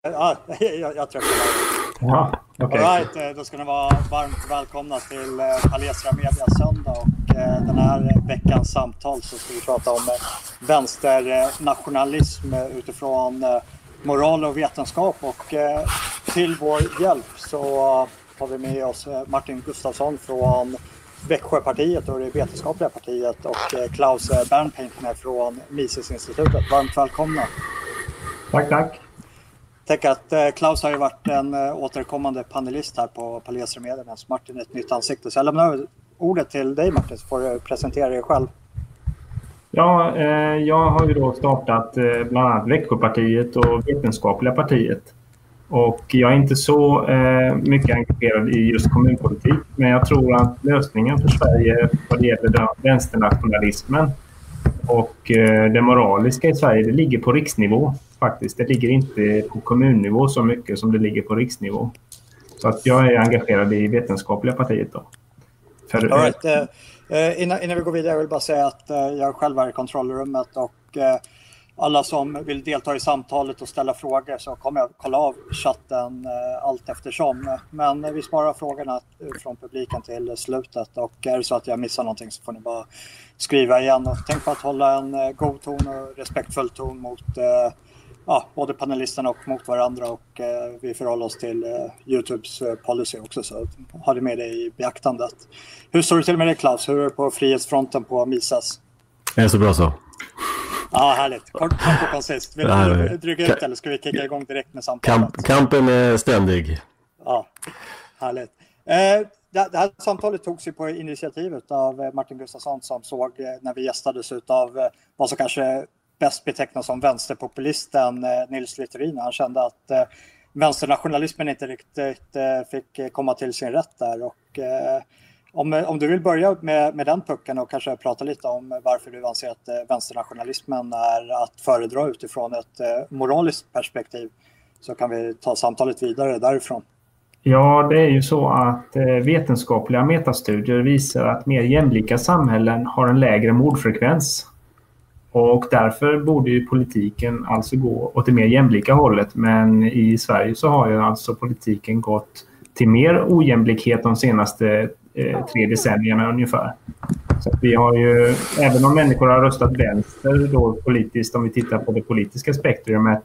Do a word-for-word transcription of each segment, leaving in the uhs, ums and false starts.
Ja, jag, jag tror det. Ja, okej. All right, då ska ni vara varmt välkomna till Palestra Media Söndag, och den här veckans samtal så ska vi prata om vänsternationalism utifrån moral och vetenskap, och till vår hjälp så har vi med oss Martin Gustafsson från Växjöpartiet och det vetenskapliga partiet, och Klaus Bernpaintner från Mises-institutet. Varmt välkomna. Tack, tack. Tänk att Klaus har ju varit en återkommande panelist här på Palestra Media, medan Martin är ett nytt ansikte. Så jag lämnar ordet till dig, Martin, så får du presentera dig själv. Ja, eh, jag har ju då startat eh, bland annat Växjöpartiet och Vetenskapliga partiet. Och jag är inte så eh, mycket engagerad i just kommunpolitik, men jag tror att lösningen för Sverige vad det gäller vänsternationalismen och eh, det moraliska i Sverige, det ligger på riksnivå faktiskt. Det ligger inte på kommunnivå så mycket som det ligger på riksnivå. Så att jag är engagerad i Vetenskapliga partiet då. För, All right. uh, innan, innan vi går vidare, jag vill bara säga att uh, jag själv är i kontrollrummet, och uh, alla som vill delta i samtalet och ställa frågor så kommer jag kolla av chatten uh, allt eftersom. Men uh, vi sparar frågorna från publiken till slutet, och är det så att jag missar någonting så får ni bara skriva igen. Och tänk på att hålla en uh, god ton och respektfull ton mot uh, ja, både panelisterna och mot varandra, och uh, vi förhåller oss till uh, YouTubes uh, policy också, så ha det med dig i beaktandet. Hur står det till med dig, Klaus? Hur är det på frihetsfronten på Mises? Det är så bra så. Ja, härligt. Kort, kort och konsist. Vill du dryga ut eller ska vi kicka igång direkt med samtalet? Kamp, kampen är ständig. Ja, härligt. Eh, det, det här samtalet togs ju på initiativet av Martin Gustafsson, som såg eh, när vi gästades av eh, vad som kanske bäst betecknas som vänsterpopulisten eh, Nils Littorin. Han kände att eh, vänsternationalismen inte riktigt eh, fick komma till sin rätt där, och eh, Om, om du vill börja med, med den pucken och kanske prata lite om varför du anser att eh, vänsternationalismen är att föredra utifrån ett eh, moraliskt perspektiv, så kan vi ta samtalet vidare därifrån. Ja, det är ju så att eh, vetenskapliga metastudier visar att mer jämlika samhällen har en lägre mordfrekvens. Och därför borde ju politiken alltså gå åt det mer jämlika hållet. Men i Sverige så har ju alltså politiken gått till mer ojämlikhet de senaste eh, tre decennierna ungefär. Så att vi har ju, även om människor har röstat vänster då politiskt, om vi tittar på det politiska spektrumet,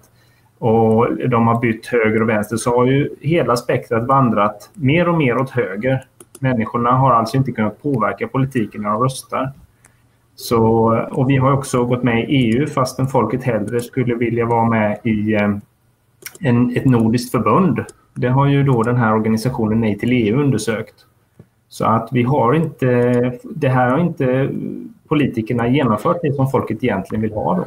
och de har bytt höger och vänster, så har ju hela spektrat vandrat mer och mer åt höger. Människorna har alltså inte kunnat påverka politiken när de röstar. Så, och vi har också gått med i E U fastän folket hellre skulle vilja vara med i eh, en, ett nordiskt förbund. Det har ju då den här organisationen Nej till E U undersökt. Så att vi har inte, det här har inte politikerna genomfört det som folket egentligen vill ha då.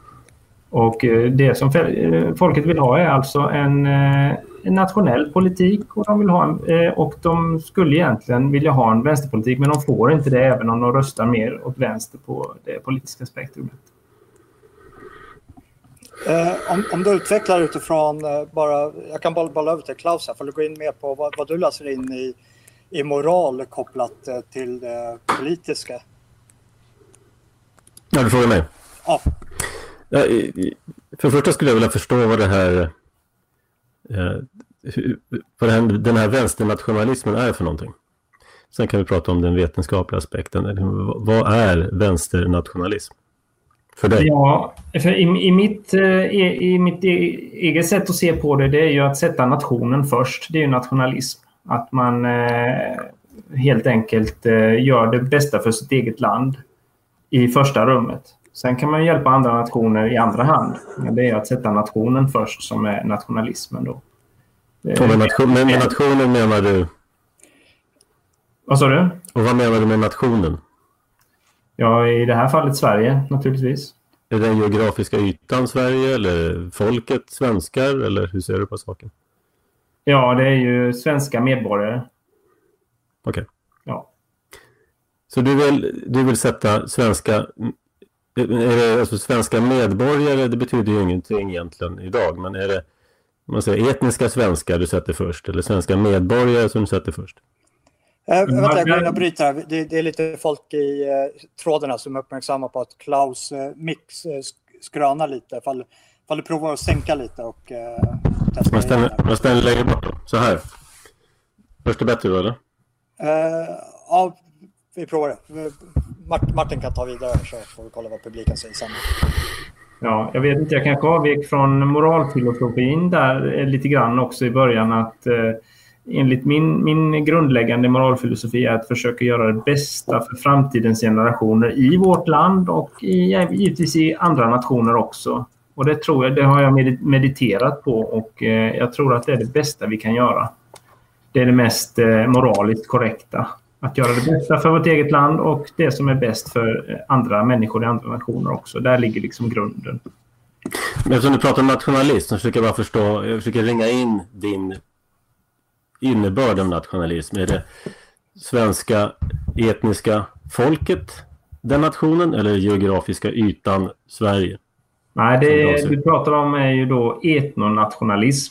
Och det som folket vill ha är alltså en, en nationell politik, och de vill ha en, och de skulle egentligen vilja ha en vänsterpolitik, men de får inte det även om de röstar mer åt vänster på det politiska spektrumet. Eh, om, om du utvecklar utifrån eh, bara, jag kan bara bolla över till Klaus här, för att gå in mer på vad, vad du läser in i, i moral kopplat eh, till det politiska. Ja, du frågar mig. Ja. Ja, för det första skulle jag vilja förstå vad det här, eh, vad det här den här vänsternationalismen är för någonting. Sen kan vi prata om den vetenskapliga aspekten. Vad är vänsternationalism för dig? Ja, för i, i, mitt, i, i mitt eget sätt att se på det, det är ju att sätta nationen först. Det är ju nationalism. Att man eh, helt enkelt eh, gör det bästa för sitt eget land i första rummet. Sen kan man hjälpa andra nationer i andra hand. Men det är att sätta nationen först som är nationalismen då. Och med, nation, med, med nationen menar du? Vad sa du? Och vad menar du med nationen? Ja, i det här fallet Sverige naturligtvis. Är det den geografiska ytan Sverige, eller folket, svenskar, eller hur ser du på saken? Ja, det är ju svenska medborgare. Okej. Okay. Ja. Så du vill, du vill sätta svenska, är det, alltså svenska medborgare, det betyder ju ingenting egentligen idag, men är det man säger, etniska svenskar du sätter först, eller svenska medborgare som du sätter först? Äh, vänta, jag går in och bryter här. Det, det är lite folk i eh, trådarna som uppmärksammar på att Klaus eh, mix eh, skrönar lite. Fall, fall du provar att sänka lite och eh, testa Man ställer, man ställer längre bort då. Så här. Först är bättre då, eller? Uh, ja, vi provar det. Martin kan ta vidare så får vi kolla vad publiken säger sen. Ja, jag vet inte, jag kanske avvek från moralfilosofin där lite grann också i början att eh, enligt min, min grundläggande moralfilosofi är att försöka göra det bästa för framtidens generationer i vårt land och i, givetvis i andra nationer också. Och det tror jag, det har jag mediterat på och eh, jag tror att det är det bästa vi kan göra. Det är det mest eh, moraliskt korrekta. Att göra det bästa för vårt eget land och det som är bäst för andra människor i andra nationer också. Där ligger liksom grunden. Men eftersom du pratar om nationalism så försöker jag bara förstå, jag försöker ringa in din innebörd av nationalism. Är det svenska etniska folket, den nationen, eller geografiska ytan Sverige? Nej, det du pratar om är ju då etnonationalism.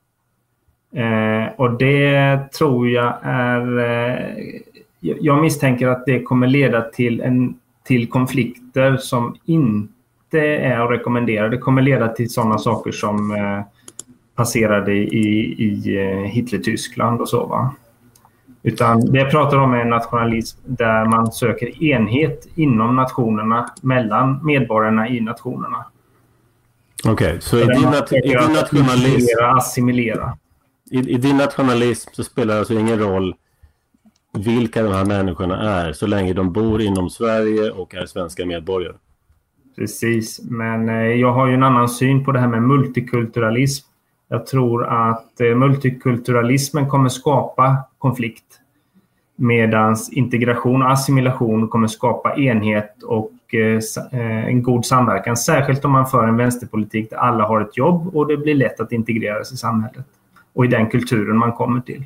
Eh, och det tror jag är... Eh, jag misstänker att det kommer leda till, en, till konflikter som inte är att rekommendera. Det kommer leda till sådana saker som eh, passerade i, i Hitler-Tyskland och så, va? Utan det jag pratar om är en nationalism där man söker enhet inom nationerna, mellan medborgarna i nationerna. Okej, okay, så i din, nat- i din nationalism... Assimilera. I, I din nationalism så spelar det alltså ingen roll vilka de här människorna är så länge de bor inom Sverige och är svenska medborgare. Precis, men eh, jag har ju en annan syn på det här med multikulturalism. Jag tror att eh, multikulturalismen kommer skapa konflikt medan integration och assimilation kommer skapa enhet och eh, en god samverkan. Särskilt om man för en vänsterpolitik där alla har ett jobb och det blir lätt att integreras i samhället och i den kulturen man kommer till.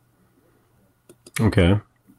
Okej. Okay.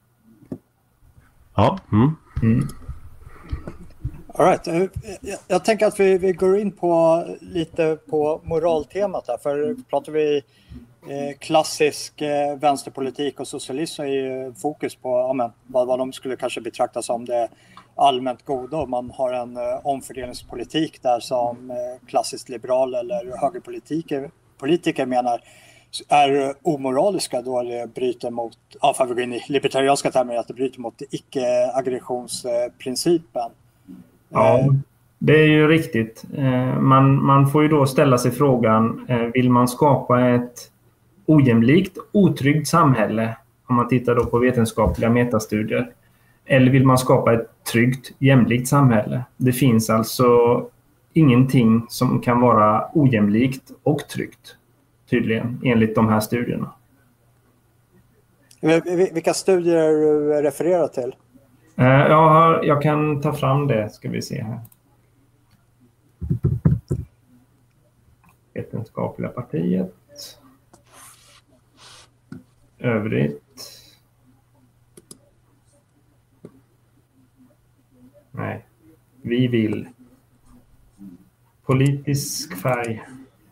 Ja. Mm. Mm. All right. Jag, jag tänker att vi, vi går in på lite på moraltemat här. För pratar vi eh, klassisk eh, vänsterpolitik och socialism så är ju fokus på ja, men, vad, vad de skulle kanske betrakta som det allmänt goda. Man har en eh, omfördelningspolitik där som eh, klassiskt liberal eller högerpolitiker politiker menar är omoraliska då det bryter mot, ja, för att vi går in i libertarianska termer, att det bryter mot icke-aggressionsprincipen. Ja, det är ju riktigt. Man, man får ju då ställa sig frågan, vill man skapa ett ojämlikt, otryggt samhälle, om man tittar då på vetenskapliga metastudier, eller vill man skapa ett tryggt, jämlikt samhälle? Det finns alltså ingenting som kan vara ojämlikt och tryggt, tydligen, enligt de här studierna. Vilka studier du refererar till? Jag, har, jag kan ta fram det, ska vi se här. Vetenskapliga partiet. Övrigt. Nej. Vi vill. Politisk färg.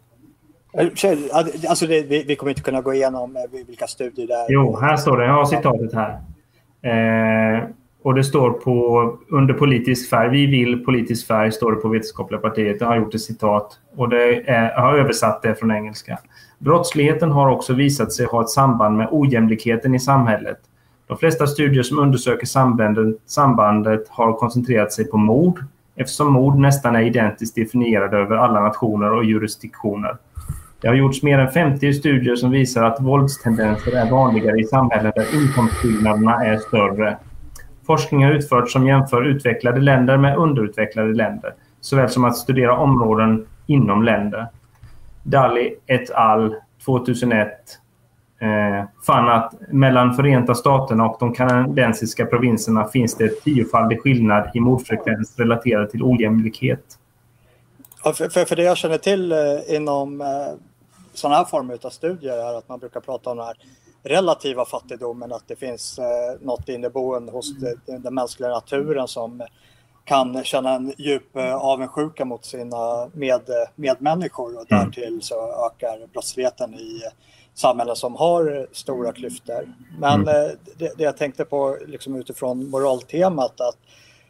Alltså det, vi, vi kommer inte kunna gå igenom vilka studier det är. Jo, här står det. Jag har citatet här. Eh, och det står på under politisk färg. Vi vill politisk färg står det på vetenskapliga partiet. Jag har gjort ett citat och det är, jag har översatt det från engelska. Brottsligheten har också visat sig ha ett samband med ojämlikheten i samhället. De flesta studier som undersöker sambandet, sambandet har koncentrerat sig på mord, eftersom mord nästan är identiskt definierade över alla nationer och jurisdiktioner. Det har gjorts mer än femtio studier som visar att våldstendenser är vanligare i samhällen där inkomstskillnaderna är större. Forskning har utförts som jämför utvecklade länder med underutvecklade länder, såväl som att studera områden inom länder. Daly et al. tjugohundraett eh, fann att mellan Förenta Staterna och de kanadensiska provinserna finns det ett tiofaldig skillnad i mordfrekvens relaterad till ojämlikhet. Ja, för, för, för det jag känner till eh, inom eh, sådana här former av studier är att man brukar prata om den här relativa fattigdomen, att det finns eh, något inneboende hos det, den mänskliga naturen som kan känna en djup eh, avundsjuka mot sina med, medmänniskor och Mm. därtill så ökar brottsligheten i samhällen som har stora klyftor. Men Mm. eh, det, det jag tänkte på liksom utifrån moraltemat att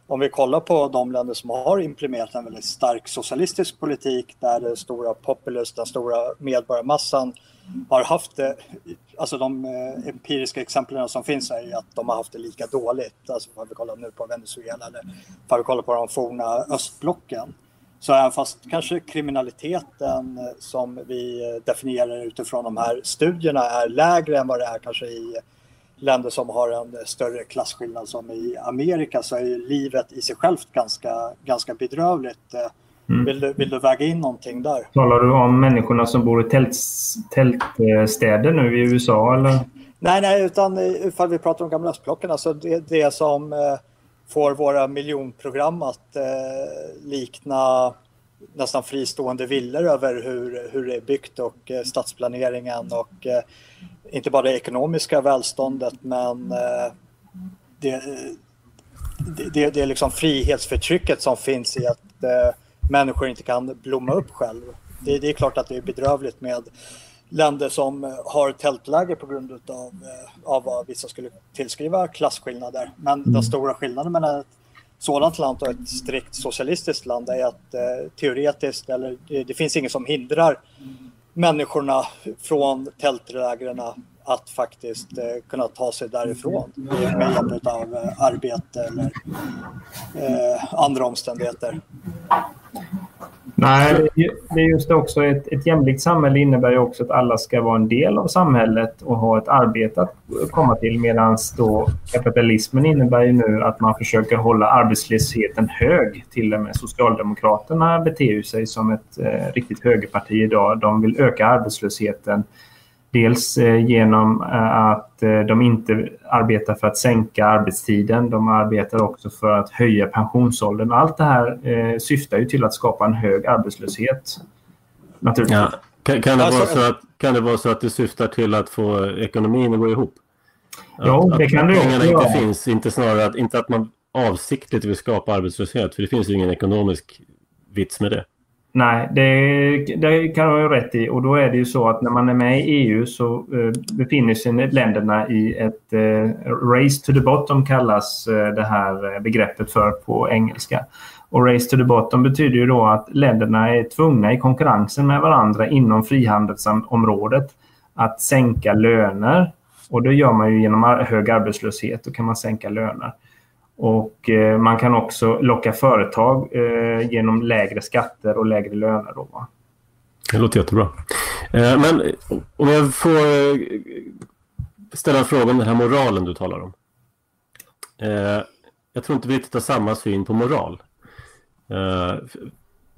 om vi kollar på de länder som har implementerat en väldigt stark socialistisk politik där den stora populist, den stora medborgarmassan har haft det, alltså de eh, empiriska exemplen som finns är att de har haft det lika dåligt. Alltså om vi kollar nu på Venezuela eller om vi kollar på de forna östblocken. Så även fast kanske kriminaliteten som vi definierar utifrån de här studierna är lägre än vad det är kanske i länder som har en större klasskillnad som i Amerika, så är ju livet i sig självt ganska, ganska bedrövligt. Mm. Vill, du, vill du väga in någonting där? Talar du om människorna som bor i tält, tältstäder nu i U S A eller? Nej, nej, utan ifall vi pratar om gamla östblocken, alltså det, det som eh, får våra miljonprogram att eh, likna nästan fristående villor över hur, hur det är byggt och eh, stadsplaneringen och eh, inte bara det ekonomiska välståndet, men eh, det, det, det är liksom frihetsförtrycket som finns i att eh, människor inte kan blomma upp själv. Det, det är klart att det är bedrövligt med länder som har tältläger på grund av, av vad vissa skulle tillskriva klasskillnader. Men den stora skillnaden mellan ett sådant land och ett strikt socialistiskt land är att eh, teoretiskt, eller det, det finns ingen som hindrar människorna från tältlägren att faktiskt eh, kunna ta sig därifrån med hjälp av eh, arbete eller eh, andra omständigheter. Nej, det är just det också. Ett, ett jämlikt samhälle innebär ju också att alla ska vara en del av samhället och ha ett arbete att komma till, medan då kapitalismen innebär ju nu att man försöker hålla arbetslösheten hög. Till och med Socialdemokraterna beter sig som ett eh, riktigt högerparti idag. De vill öka arbetslösheten. Dels genom att de inte arbetar för att sänka arbetstiden. De arbetar också för att höja pensionsåldern. Allt det här syftar ju till att skapa en hög arbetslöshet. Naturligtvis. Ja. Kan, kan, det vara så att, kan det vara så att det syftar till att få ekonomin att gå ihop? Ja, det kan det ju. Pengarna inte finns, inte snarare att, inte att man avsiktligt vill skapa arbetslöshet. För det finns ju ingen ekonomisk vits med det. Nej, det, det kan du ha rätt i. Och då är det ju så att när man är med i E U så uh, befinner sig länderna i ett uh, race to the bottom kallas uh, det här begreppet för på engelska. Och race to the bottom betyder ju då att länderna är tvungna i konkurrensen med varandra inom frihandelsområdet att sänka löner. Och det gör man ju genom hög arbetslöshet, då kan man sänka löner. Och eh, man kan också locka företag eh, genom lägre skatter och lägre löner. Då, va? Det låter jättebra. Eh, men om jag får eh, ställa en fråga om den här moralen du talar om. Eh, jag tror inte vi riktigt har samma syn på moral. Eh, för,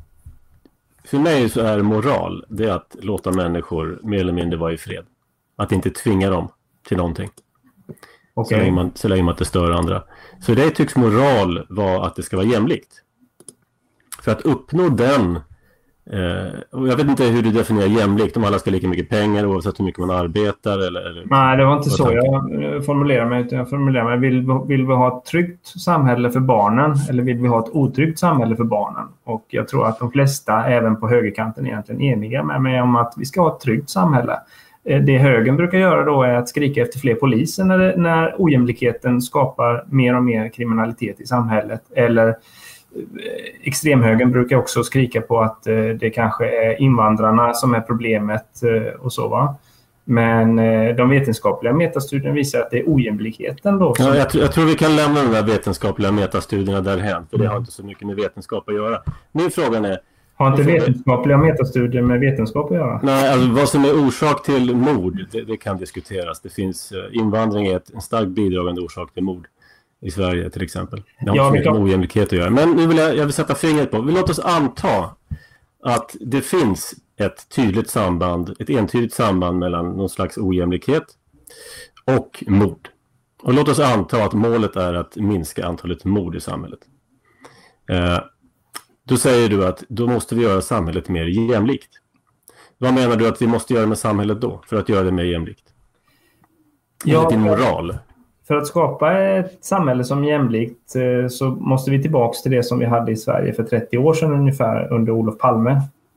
för mig så är moral det är att låta människor mer eller mindre vara i fred. Att inte tvinga dem till någonting. Okay. Så, länge man, så länge man inte stör andra. Så det tycks moral vara att det ska vara jämlikt. För att uppnå den, eh, och jag vet inte hur du definierar jämlikt, om alla ska ha lika mycket pengar oavsett hur mycket man arbetar. Eller, eller, Nej, det var inte så jag formulerar mig. Utan jag formulerar mig, vill, vill vi ha ett tryggt samhälle för barnen eller vill vi ha ett otryggt samhälle för barnen? Och jag tror att de flesta, även på högerkanten, är egentligen eniga med mig om att vi ska ha ett tryggt samhälle. Det högern brukar göra då är att skrika efter fler poliser när, när ojämlikheten skapar mer och mer kriminalitet i samhället. Eller extremhögern brukar också skrika på att det kanske är invandrarna som är problemet och så, va. Men de vetenskapliga metastudierna visar att det är ojämlikheten då. Som... Ja, jag, jag tror vi kan lämna de där vetenskapliga metastudierna därhen, för det har inte så mycket med vetenskap att göra. Min frågan är, har inte vetenskapliga metastudier med vetenskap att göra? Nej, alltså vad som är orsak till mord, det, det kan diskuteras. Det finns, invandring är ett, en starkt bidragande orsak till mord i Sverige till exempel. Det har ja, inte med ojämlikhet att göra. Men nu vill jag, jag vill sätta fingret på, vi låter oss anta att det finns ett tydligt samband, ett entydigt samband mellan någon slags ojämlikhet och mord. Och låt oss anta att målet är att minska antalet mord i samhället. Eh, Då säger du att då måste vi göra samhället mer jämlikt. Vad menar du att vi måste göra med samhället då för att göra det mer jämlikt? Enligt din moral. För att skapa ett samhälle som är jämlikt så måste vi tillbaka till det som vi hade i Sverige för trettio år sedan ungefär under Olof Palme.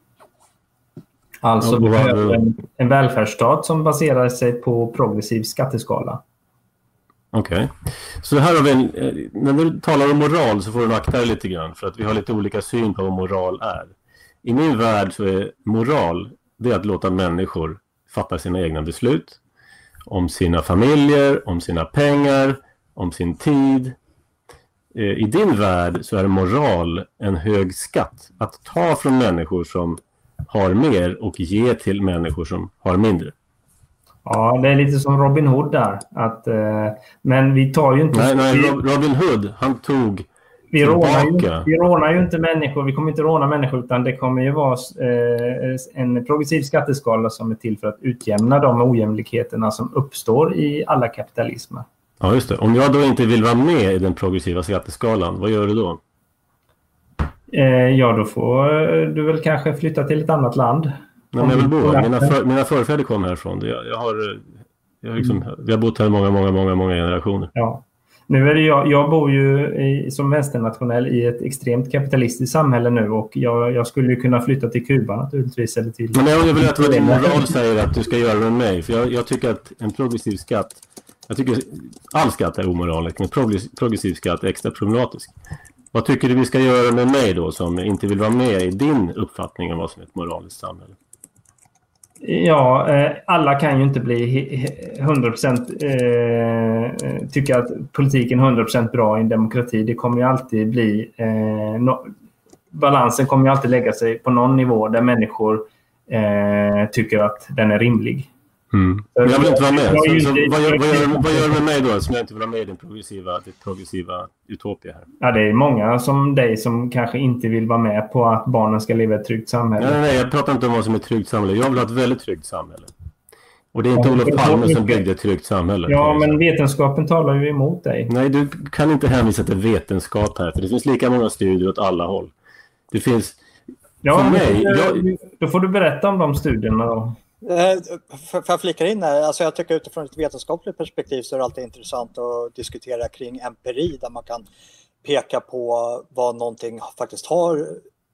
Alltså ja, en, en välfärdsstat som baserar sig på progressiv skatteskala. Okej. Okay. Så här har vi en, när du talar om moral så får du akta dig lite grann för att vi har lite olika syn på vad moral är. I min värld så är moral det är att låta människor fatta sina egna beslut om sina familjer, om sina pengar, om sin tid. I din värld så är moral en hög skatt att ta från människor som har mer och ge till människor som har mindre. Ja, det är lite som Robin Hood där. Att, eh, men vi tar ju inte... Nej, nej, Robin Hood, han tog vi rånar, ju, vi rånar ju inte människor. Vi kommer inte råna människor utan det kommer ju vara eh, en progressiv skatteskala som är till för att utjämna de ojämlikheterna som uppstår i alla kapitalismer. Ja, just det. Om jag då inte vill vara med i den progressiva skatteskalan, vad gör du då? Eh, ja, då får du väl kanske flytta till ett annat land. Nej, men jag vill bo. Mina, för, mina förfäder kom härifrån. Jag, jag har, jag har liksom, vi har bott här många, många, många, många generationer. Ja. Nu är det jag, jag bor ju i, som vänsternationell i ett extremt kapitalistiskt samhälle nu och jag, jag skulle ju kunna flytta till Kuba naturligtvis. Eller till... Men jag vill veta vad din moral säger att du ska göra med mig. För jag, jag tycker att en progressiv skatt, jag tycker all skatt är omoralisk, men progressiv skatt är extra problematisk. Vad tycker du vi ska göra med mig då som inte vill vara med i din uppfattning om vad som är ett moraliskt samhälle? Ja, alla kan ju inte bli hundra procent eh, tycka att politiken är hundra procent bra i en demokrati. Det kommer ju alltid bli eh, no, balansen kommer ju alltid lägga sig på någon nivå där människor eh, tycker att den är rimlig. Mm. Jag vill inte vara med. Så, så, vad, gör, vad, gör, vad gör du med mig då som jag inte vill vara med i den progressiva, det progressiva utopia här? Ja, det är många som dig som kanske inte vill vara med på att barnen ska leva i ett tryggt samhälle. Nej, nej, jag pratar inte om vad som är ett tryggt samhälle. Jag vill ha ett väldigt tryggt samhälle. Och det är inte ja, Olof Palme som byggde ett tryggt samhälle. Ja, men vetenskapen talar ju emot dig. Nej, du kan inte hänvisa till vetenskap här. För det finns lika många studier åt alla håll. Det finns... Ja, för mig, jag... då får du berätta om de studierna då. För, för att flika in här, alltså jag tycker utifrån ett vetenskapligt perspektiv så är det alltid intressant att diskutera kring empiri där man kan peka på vad någonting faktiskt har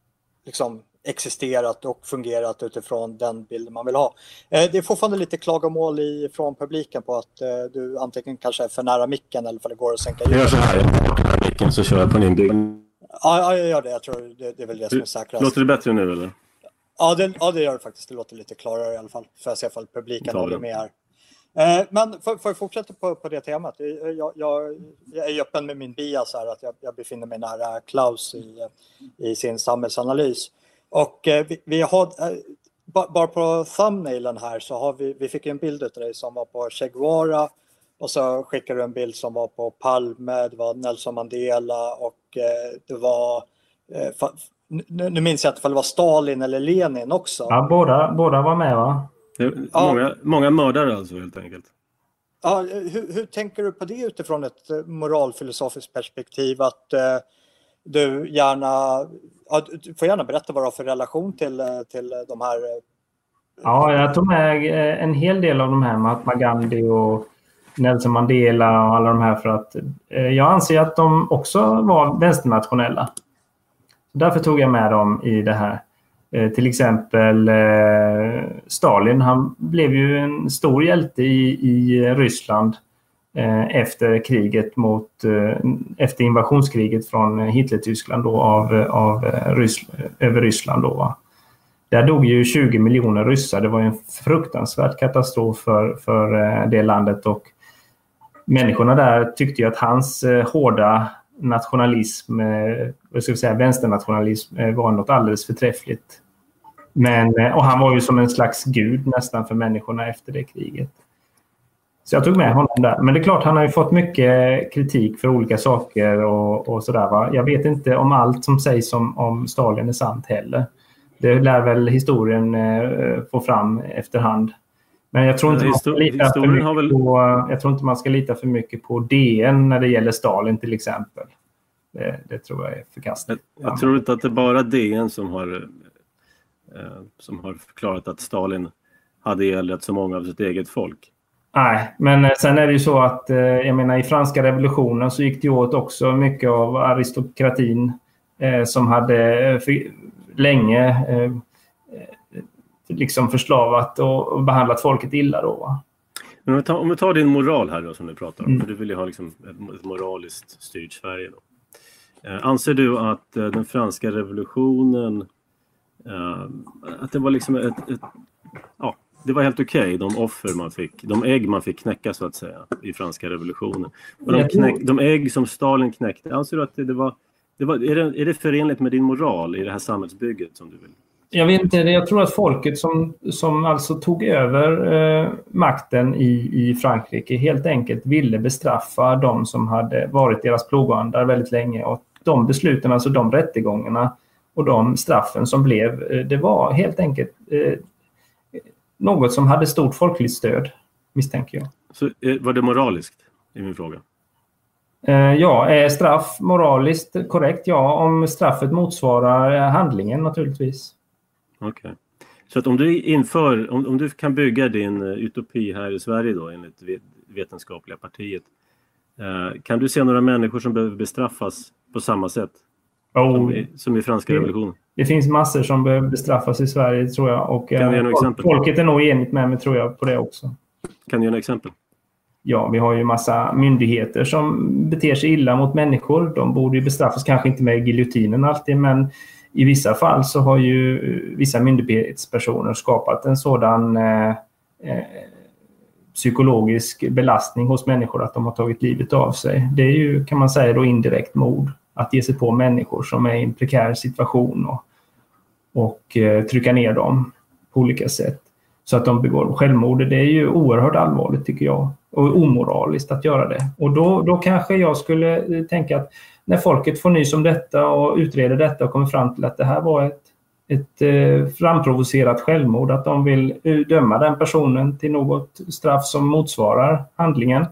liksom existerat och fungerat utifrån den bilden man vill ha. Det är fortfarande lite klagomål i, från publiken på att du antingen kanske är för nära micken eller för det går att sänka ljudet. Jag gör så här, jag tar den här micken så kör jag på din bygg. Ja, jag gör det. Jag tror det, det är väl det som är säkrast. Låter det bättre nu eller? Ja det, ja, det gör det faktiskt. Det låter lite klarare i alla fall. För att se ifall publiken håller med här. Eh, men för, för att fortsätta på, på det temat. Jag, jag, jag är öppen med min bias här. Att jag, jag befinner mig nära Klaus i, i sin samhällsanalys. Och eh, vi, vi har... Eh, bara på thumbnailen här så har vi... Vi fick en bild av dig som var på Che Guevara. Och så skickade du en bild som var på Palme. Det var Nelson Mandela. Och eh, det var... Eh, fa, Nu, nu minns jag inte om det var Stalin eller Lenin också. Ja, båda, båda var med va? Det är ja. många, många mördare alltså helt enkelt. Ja, hur, hur tänker du på det utifrån ett moralfilosofiskt perspektiv? Att eh, du gärna... Ja, du får gärna berätta vad du har för relation till, till de här... Eh, ja, jag tog med en hel del av de här, Mahatma Gandhi och Nelson Mandela och alla de här för att eh, jag anser att de också var vänsternationella. Därför tog jag med dem i det här. Eh, till exempel eh, Stalin, han blev ju en stor hjälte i, i Ryssland eh, efter kriget mot eh, efter invasionskriget från Hitler-Tyskland då av, av Ryss, över Ryssland då va. Där dog ju tjugo miljoner ryssar. Det var ju en fruktansvärd katastrof för, för eh, det landet och människorna där tyckte ju att hans eh, hårda nationalism, vad ska vi säga, vänsternationalism var något alldeles förträffligt. Men, och han var ju som en slags gud nästan för människorna efter det kriget. Så jag tog med honom där. Men det är klart, han har ju fått mycket kritik för olika saker och, och sådär va. Jag vet inte om allt som sägs om, om Stalin är sant heller. Det lär väl historien eh, få fram efterhand. Men jag tror, inte man ska lita för mycket väl... på, jag tror inte man ska lita för mycket på D N när det gäller Stalin till exempel. Det, det tror jag är förkastligt. Jag, jag tror inte att det är bara D N som har, eh, som har förklarat att Stalin hade ihjäl så många av sitt eget folk. Nej, men sen är det ju så att eh, jag menar i franska revolutionen så gick det åt också mycket av aristokratin eh, som hade för, länge eh, liksom förslavat och behandlat folket illa då va? Men om vi tar, om vi tar din moral här då, som du pratar om, Mm. för du vill ju ha liksom ett, ett moraliskt styrt Sverige då. Eh, anser du att eh, den franska revolutionen, eh, att det var liksom ett, ett ja, det var helt okej, okay, de offer man fick, de ägg man fick knäcka så att säga i franska revolutionen. Och de, knäck, de ägg som Stalin knäckte, anser du att det, det var, det var är, det, är det förenligt med din moral i det här samhällsbygget som du vill? Jag vet inte, jag tror att folket som, som alltså tog över eh, makten i, i Frankrike helt enkelt ville bestraffa de som hade varit deras plågoandar väldigt länge. Och de besluten, alltså de rättegångarna och de straffen som blev, eh, det var helt enkelt eh, något som hade stort folkligt stöd, misstänker jag. Så eh, var det moraliskt, i min fråga? Eh, ja, är straff moraliskt korrekt? Ja, om straffet motsvarar handlingen naturligtvis. Okej. Okay. Så att om du inför, om, om du kan bygga din uh, utopi här i Sverige då enligt vetenskapliga partiet, uh, kan du se några människor som behöver bestraffas på samma sätt oh. som, i, som i franska det, revolutionen? Det finns massor som behöver bestraffas i Sverige, tror jag. Och kan du ge några exempel? Folket är nog enigt med mig, tror jag, på det också. Kan du ge några exempel? Ja, vi har ju massa myndigheter som beter sig illa mot människor. De borde ju bestraffas, kanske inte med giljotinen alltid, men i vissa fall så har ju vissa myndighetspersoner skapat en sådan eh, eh, psykologisk belastning hos människor att de har tagit livet av sig. Det är ju, kan man säga, då indirekt mord. Att ge sig på människor som är i en prekär situation och, och eh, trycka ner dem på olika sätt. Så att de begår självmord. Det är ju oerhört allvarligt, tycker jag. Och omoraliskt att göra det. Och då, då kanske jag skulle tänka att när folket får nys om detta och utreder detta och kommer fram till att det här var ett, ett eh, framprovocerat självmord, att de vill döma den personen till något straff som motsvarar handlingen.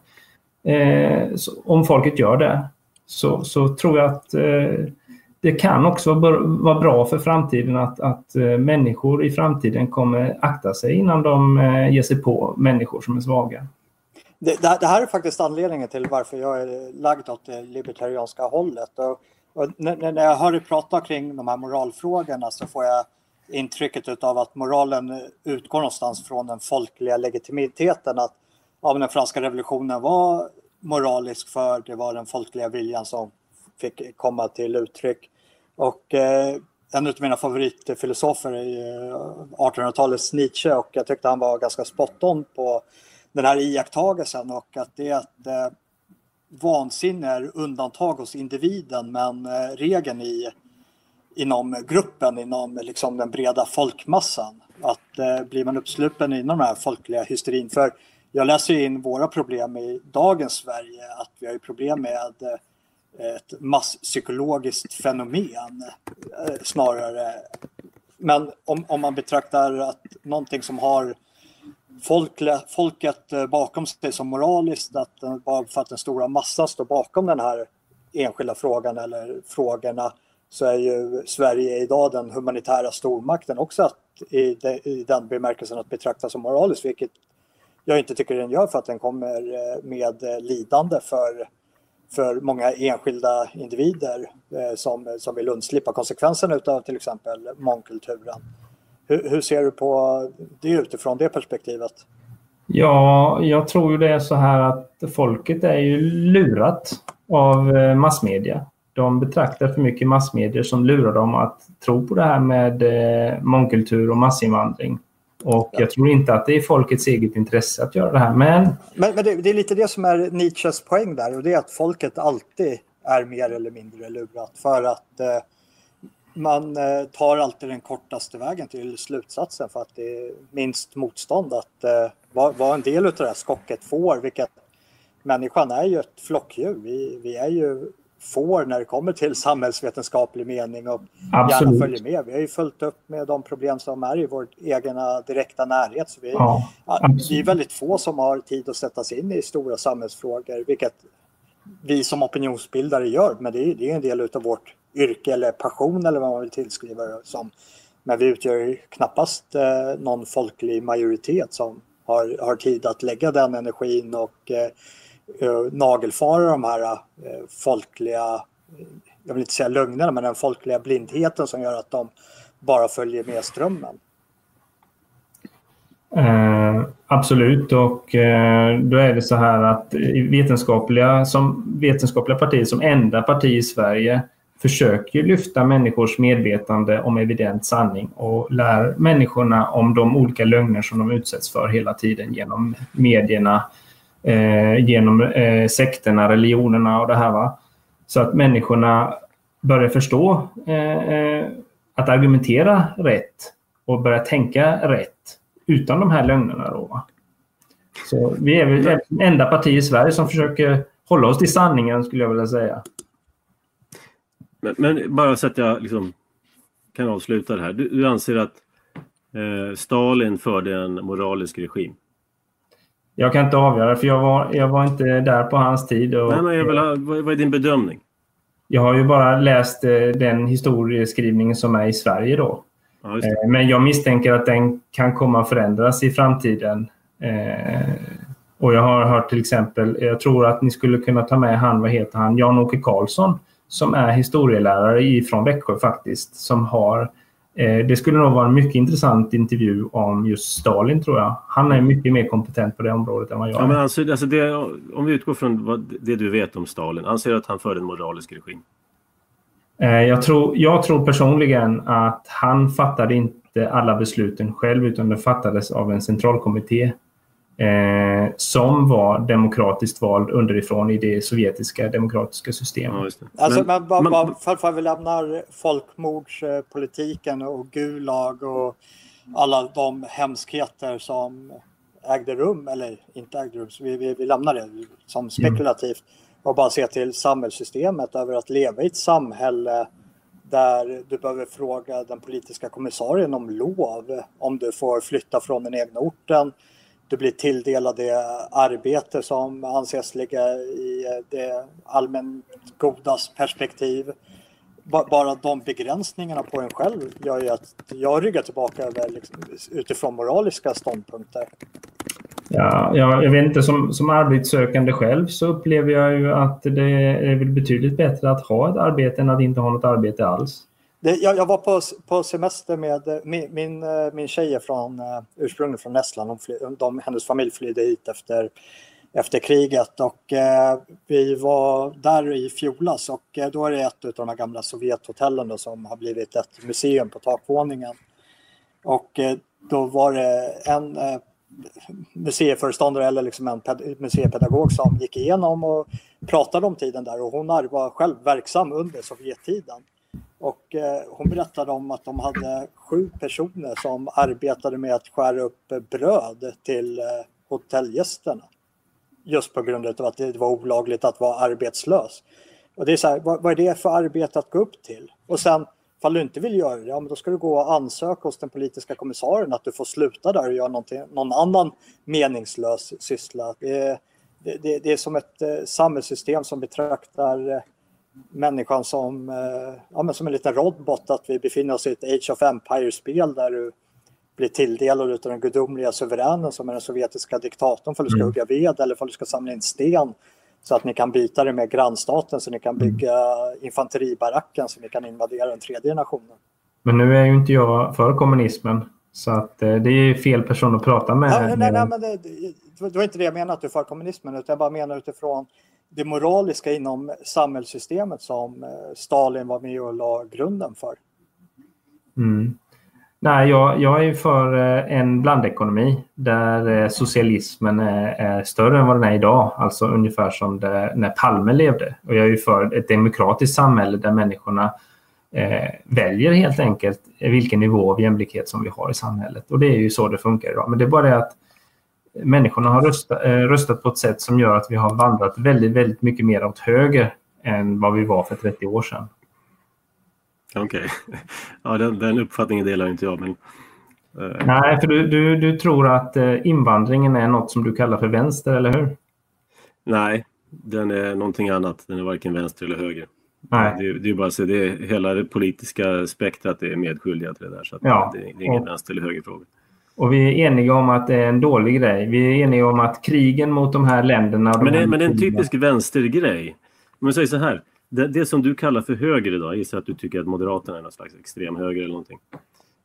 Eh, så, om folket gör det så, så tror jag att eh, det kan också vara bra för framtiden att, att eh, människor i framtiden kommer akta sig innan de eh, ger sig på människor som är svaga. Det, det här är faktiskt anledningen till varför jag är lagd åt det libertarianska hållet. Och, och när, när jag hör dig prata kring de här moralfrågorna så får jag intrycket av att moralen utgår någonstans från den folkliga legitimiteten. Att ja, den franska revolutionen var moralisk för det var den folkliga viljan som fick komma till uttryck. Och eh, en av mina favoritfilosofer är artonhundratalets Nietzsche, och jag tyckte han var ganska spot on på den här iakttagelsen, och att det är att eh, vansinne är undantag hos individen men eh, regeln i, inom gruppen, inom liksom den breda folkmassan. Att eh, blir man uppsluppen inom den här folkliga hysterin, för jag läser in våra problem i dagens Sverige, att vi har ju problem med eh, ett masspsykologiskt fenomen eh, snarare. Men om, om man betraktar att någonting som har Folkle, folket bakom sig som moraliskt, att bara för att den stora massan står bakom den här enskilda frågan eller frågorna, så är ju Sverige idag den humanitära stormakten också att i, de, i den bemärkelsen att betrakta som moraliskt, vilket jag inte tycker den gör, för att den kommer med lidande för, för många enskilda individer eh, som, som vill undslippa konsekvenserna av till exempel mångkulturen. Hur, hur ser du på det utifrån det perspektivet? Ja, jag tror ju det är så här att folket är ju lurat av massmedia. De betraktar för mycket massmedier som lurar dem att tro på det här med mångkultur och massinvandring. Och ja. Jag tror inte att det är folkets eget intresse att göra det här. Men, men, men det, det är lite det som är Nietzsches poäng där, och det är att folket alltid är mer eller mindre lurat, för att eh, man tar alltid den kortaste vägen till slutsatsen, för att det är minst motstånd att eh, vara var en del av det här skocket får, vilket människan är ju ett flockdjur. Vi, vi är ju får när det kommer till samhällsvetenskaplig mening och Absolut. Gärna följer med. Vi har ju följt upp med de problem som är i vår egna direkta närhet. Så vi, ja, vi är väldigt få som har tid att sätta sig in i stora samhällsfrågor, vilket vi som opinionsbildare gör, men det är, det är en del av vårt yrke eller passion eller vad man vill tillskriva det som. Men vi utgör knappast eh, någon folklig majoritet som har, har tid att lägga den energin och eh, nagelfara de här eh, folkliga, jag vill inte säga lögnerna, men den folkliga blindheten som gör att de bara följer med strömmen. Eh, absolut, och eh, då är det så här att vetenskapliga, som, vetenskapliga partier som enda parti i Sverige försöker lyfta människors medvetande om evident sanning och lär människorna om de olika lögner som de utsätts för hela tiden genom medierna, eh, genom eh, sekterna, religionerna och det här, va? Så att människorna börjar förstå eh, att argumentera rätt och börja tänka rätt utan de här lögnerna då, va? Så vi är väl det enda parti i Sverige som försöker hålla oss till sanningen, skulle jag vilja säga. Men, men bara så att jag liksom kan avsluta det här. Du, du anser att eh, Stalin förde en moralisk regim? Jag kan inte avgöra, för jag var, jag var inte där på hans tid. Och, Nej, men jag vill ha, vad, vad är din bedömning? Jag har ju bara läst eh, den historieskrivningen som är i Sverige då. Ja, just det. Eh, men jag misstänker att den kan komma att förändras i framtiden. Eh, och jag har hört till exempel, jag tror att ni skulle kunna ta med han, vad heter han, Jan-Åke Karlsson, som är historielärare från Växjö faktiskt, som har, eh, det skulle nog vara en mycket intressant intervju om just Stalin, tror jag. Han är mycket mer kompetent på det området än vad jag är. Ja, men alltså, alltså det, om vi utgår från vad, det du vet om Stalin, anser du att han förde en moralisk regim? Eh, jag, tror, jag tror personligen att han fattade inte alla besluten själv, utan det fattades av en centralkommitté Eh, som var demokratiskt vald underifrån i det sovjetiska demokratiska systemet. Ja, just det. Alltså, men, men, man, bara, för, för vi lämnar folkmordspolitiken och Gulag och alla de hemskheter som ägde rum, eller inte ägde rum, så vi, vi, vi lämnar det som spekulativt och bara se till samhällssystemet över att leva i ett samhälle där du behöver fråga den politiska kommissarien om lov, om du får flytta från den egna orten. Du blir tilldelad det arbete som anses ligga i det allmänt godas perspektiv. Bara de begränsningarna på en själv gör ju att jag ryggar tillbaka över, liksom, utifrån moraliska ståndpunkter. Ja, jag, jag vet inte, som, som arbetssökande själv så upplever jag ju att det är väl betydligt bättre att ha ett arbete än att inte ha något arbete alls. Det, jag, jag var på, på semester med min, min, min tjej är från, ursprungligen från Estland. De fly, de, hennes familj flydde hit efter, efter kriget och eh, vi var där i fjollas och eh, då är det ett av de här gamla Sovjethotellen då, som har blivit ett museum på takvåningen. Och eh, då var det en eh, museiföreståndare eller liksom en ped- museipedagog som gick igenom och pratade om tiden där, och hon var själv verksam under Sovjettiden. Och eh, hon berättade om att de hade sju personer som arbetade med att skära upp bröd till eh, hotellgästerna. Just på grund av att det var olagligt att vara arbetslös. Och det är så här, vad, vad är det för arbete att gå upp till? Och sen, ifall du inte vill göra det, ja, men då ska du gå och ansöka hos den politiska kommissarien att du får sluta där och göra någon annan meningslös syssla. Det är, det, det, det är som ett eh, samhällssystem som betraktar eh, människan som, eh, ja, men som en liten robot, att vi befinner oss i ett Age of Empires-spel där du blir tilldelad av den gudomliga suveränen som är den sovjetiska diktatorn för att du ska hugga ved eller för att du ska samla in sten så att ni kan byta det med grannstaten, så ni kan bygga infanteribaracken så ni kan invadera den tredje nationen. Men nu är ju inte jag för kommunismen, så att eh, det är fel person att prata med. Nej, nej, nej, men det, det var inte det jag menade att du är för kommunismen, utan jag bara menar utifrån det moraliska inom samhällssystemet som Stalin var med och la grunden för. Mm. Nej, jag, jag är för en blandekonomi där socialismen är, är större än vad den är idag. Alltså ungefär som det, när Palme levde. Och jag är för ett demokratiskt samhälle där människorna eh, väljer helt enkelt vilken nivå av jämlikhet som vi har i samhället. Och det är ju så det funkar idag. Men det är bara det att människorna har röstat, äh, röstat på ett sätt som gör att vi har vandrat väldigt, väldigt mycket mer åt höger än vad vi var för trettio år sedan. Okej. Okay. Ja, den, den uppfattningen delar inte jag. Men, uh... Nej, för du, du, du tror att uh, invandringen är något som du kallar för vänster, eller hur? Nej, den är någonting annat. Den är varken vänster eller höger. Nej. Det, det är bara så det är hela det politiska spektrat är medskyldiga till det där. Så att ja. det, det är ingen och... vänster eller högerfråga. Och vi är eniga om att det är en dålig grej. Vi är eniga om att krigen mot de här länderna... De men, det, här men det är en typisk vänstergrej. Men säg så här. Det, det som du kallar för höger idag, gissar att du tycker att Moderaterna är någon slags extrem höger eller någonting.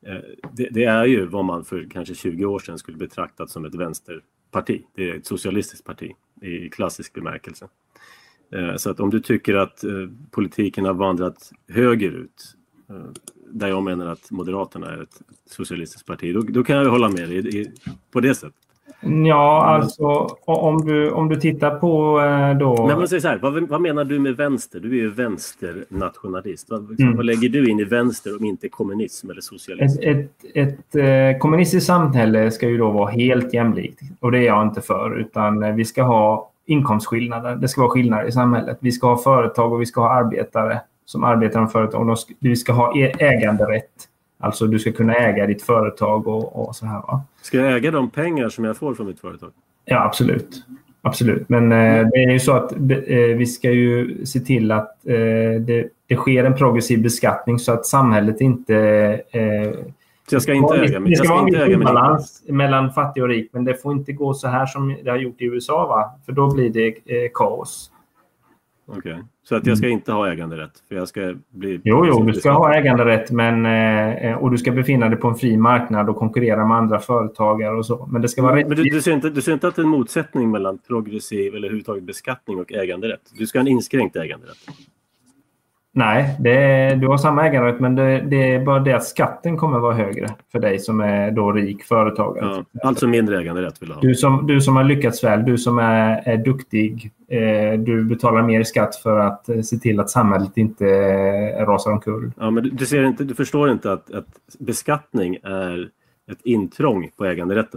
det, det är ju vad man för kanske tjugo år sedan skulle betraktat som ett vänsterparti. Det är ett socialistiskt parti i klassisk bemärkelse. Så att om du tycker att politiken har vandrat högerut, där jag menar att Moderaterna är ett socialistiskt parti, då, då kan jag hålla med dig i, på det sättet. Ja, alltså om du, om du tittar på då... Men man säger så här, vad, vad menar du med vänster? Du är ju vänsternationalist. Vad, mm. vad lägger du in i vänster om inte kommunism eller socialism? Ett, ett, ett eh, kommunistiskt samhälle ska ju då vara helt jämlikt. Och det är jag inte för, utan vi ska ha inkomstskillnader. Det ska vara skillnader i samhället. Vi ska ha företag och vi ska ha arbetare som arbetar om företag. Och de ska, vi ska ha äganderätt. Alltså du ska kunna äga ditt företag och, och så här, va? Ska jag äga de pengar som jag får från mitt företag? Ja, absolut. Absolut. Men eh, det är ju så att eh, vi ska ju se till att eh, det, det sker en progressiv beskattning så att samhället inte... Eh, så jag ska inte äga mig. Det ska, ska vara en balans mellan fattig och rik, men det får inte gå så här som det har gjort i U S A, va? För då blir det eh, kaos. Okej, okay. Så att jag ska inte ha äganderätt för jag ska bli... Jo, jo, du ska ha äganderätt men, eh, och du ska befinna dig på en fri marknad och konkurrera med andra företagare och så. Men det ska vara rätt. Men du, du, ser inte, du ser inte att det är en motsättning mellan progressiv eller överhuvudtaget beskattning och äganderätt? Du ska ha en inskränkt äganderätt. Nej, det är, du har samma äganderätt men det, det är bara det att skatten kommer vara högre för dig som är då rik företagare. Ja, alltså mindre äganderätt vill du ha. Du som, du som har lyckats väl, du som är, är duktig, eh, du betalar mer skatt för att eh, se till att samhället inte eh, rasar omkull. Ja, men du, du, ser inte, du förstår inte att, att beskattning är ett intrång på äganderätten?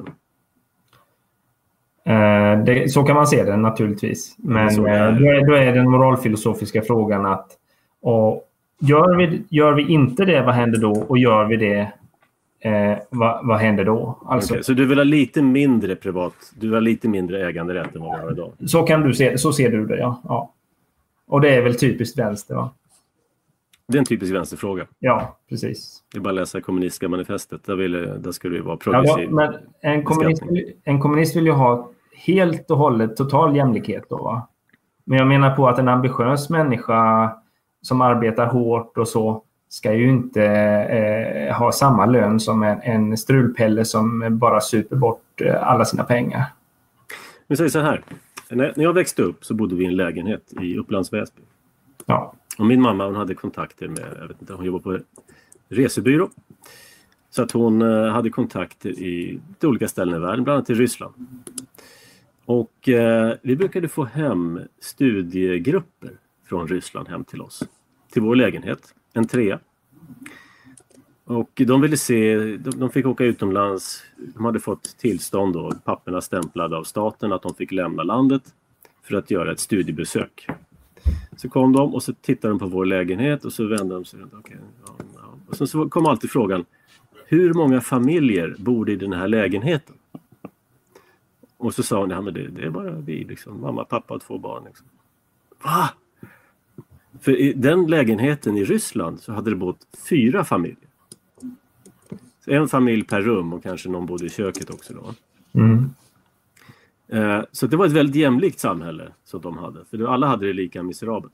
Eh, det, så kan man se det naturligtvis. Men det är. Eh, då, är, då är den moralfilosofiska frågan att och gör, vi, gör vi inte det, vad händer då? Och gör vi det, eh, vad, vad händer då? Alltså, okay, så du vill ha lite mindre privat, du vill ha lite mindre äganderätt än vad vi har idag? Så kan du se det, så ser du det, ja. ja. Och det är väl typiskt vänster, va? Det är en typisk vänsterfråga. Ja, precis. Det är bara att läsa kommunistiska manifestet, där, vill, där ska det vara progressiv. Ja, men en kommunist, en kommunist vill ju ha helt och hållet total jämlikhet då, va? Men jag menar på att en ambitiös människa som arbetar hårt och så ska ju inte eh, ha samma lön som en, en strulpelle som bara super bort eh, alla sina pengar. Vi säger så här. När, när jag växte upp så bodde vi i en lägenhet i Upplands Väsby. Ja. Och min mamma hon hade kontakter med, jag vet inte, hon jobbade på resebyrå. Så att hon eh, hade kontakter i olika ställen i världen, bland annat i Ryssland. Och eh, vi brukade få hem studiegrupper från Ryssland hem till oss. Till vår lägenhet. En trea. Och de ville se, de, de fick åka utomlands. De hade fått tillstånd då, papperna stämplade av staten att de fick lämna landet för att göra ett studiebesök. Så kom de och så tittade de på vår lägenhet och så vände de sig runt. Okay, ja, ja. Och så, så kom alltid frågan, hur många familjer bor i den här lägenheten? Och så sa hon, ja men det, det är bara vi liksom, mamma, pappa och två barn liksom. Va? För i den lägenheten i Ryssland så hade det bott fyra familjer. Så en familj per rum och kanske någon bodde i köket också då. Mm. Eh, så det var ett väldigt jämlikt samhälle som de hade. För alla hade det lika miserabelt.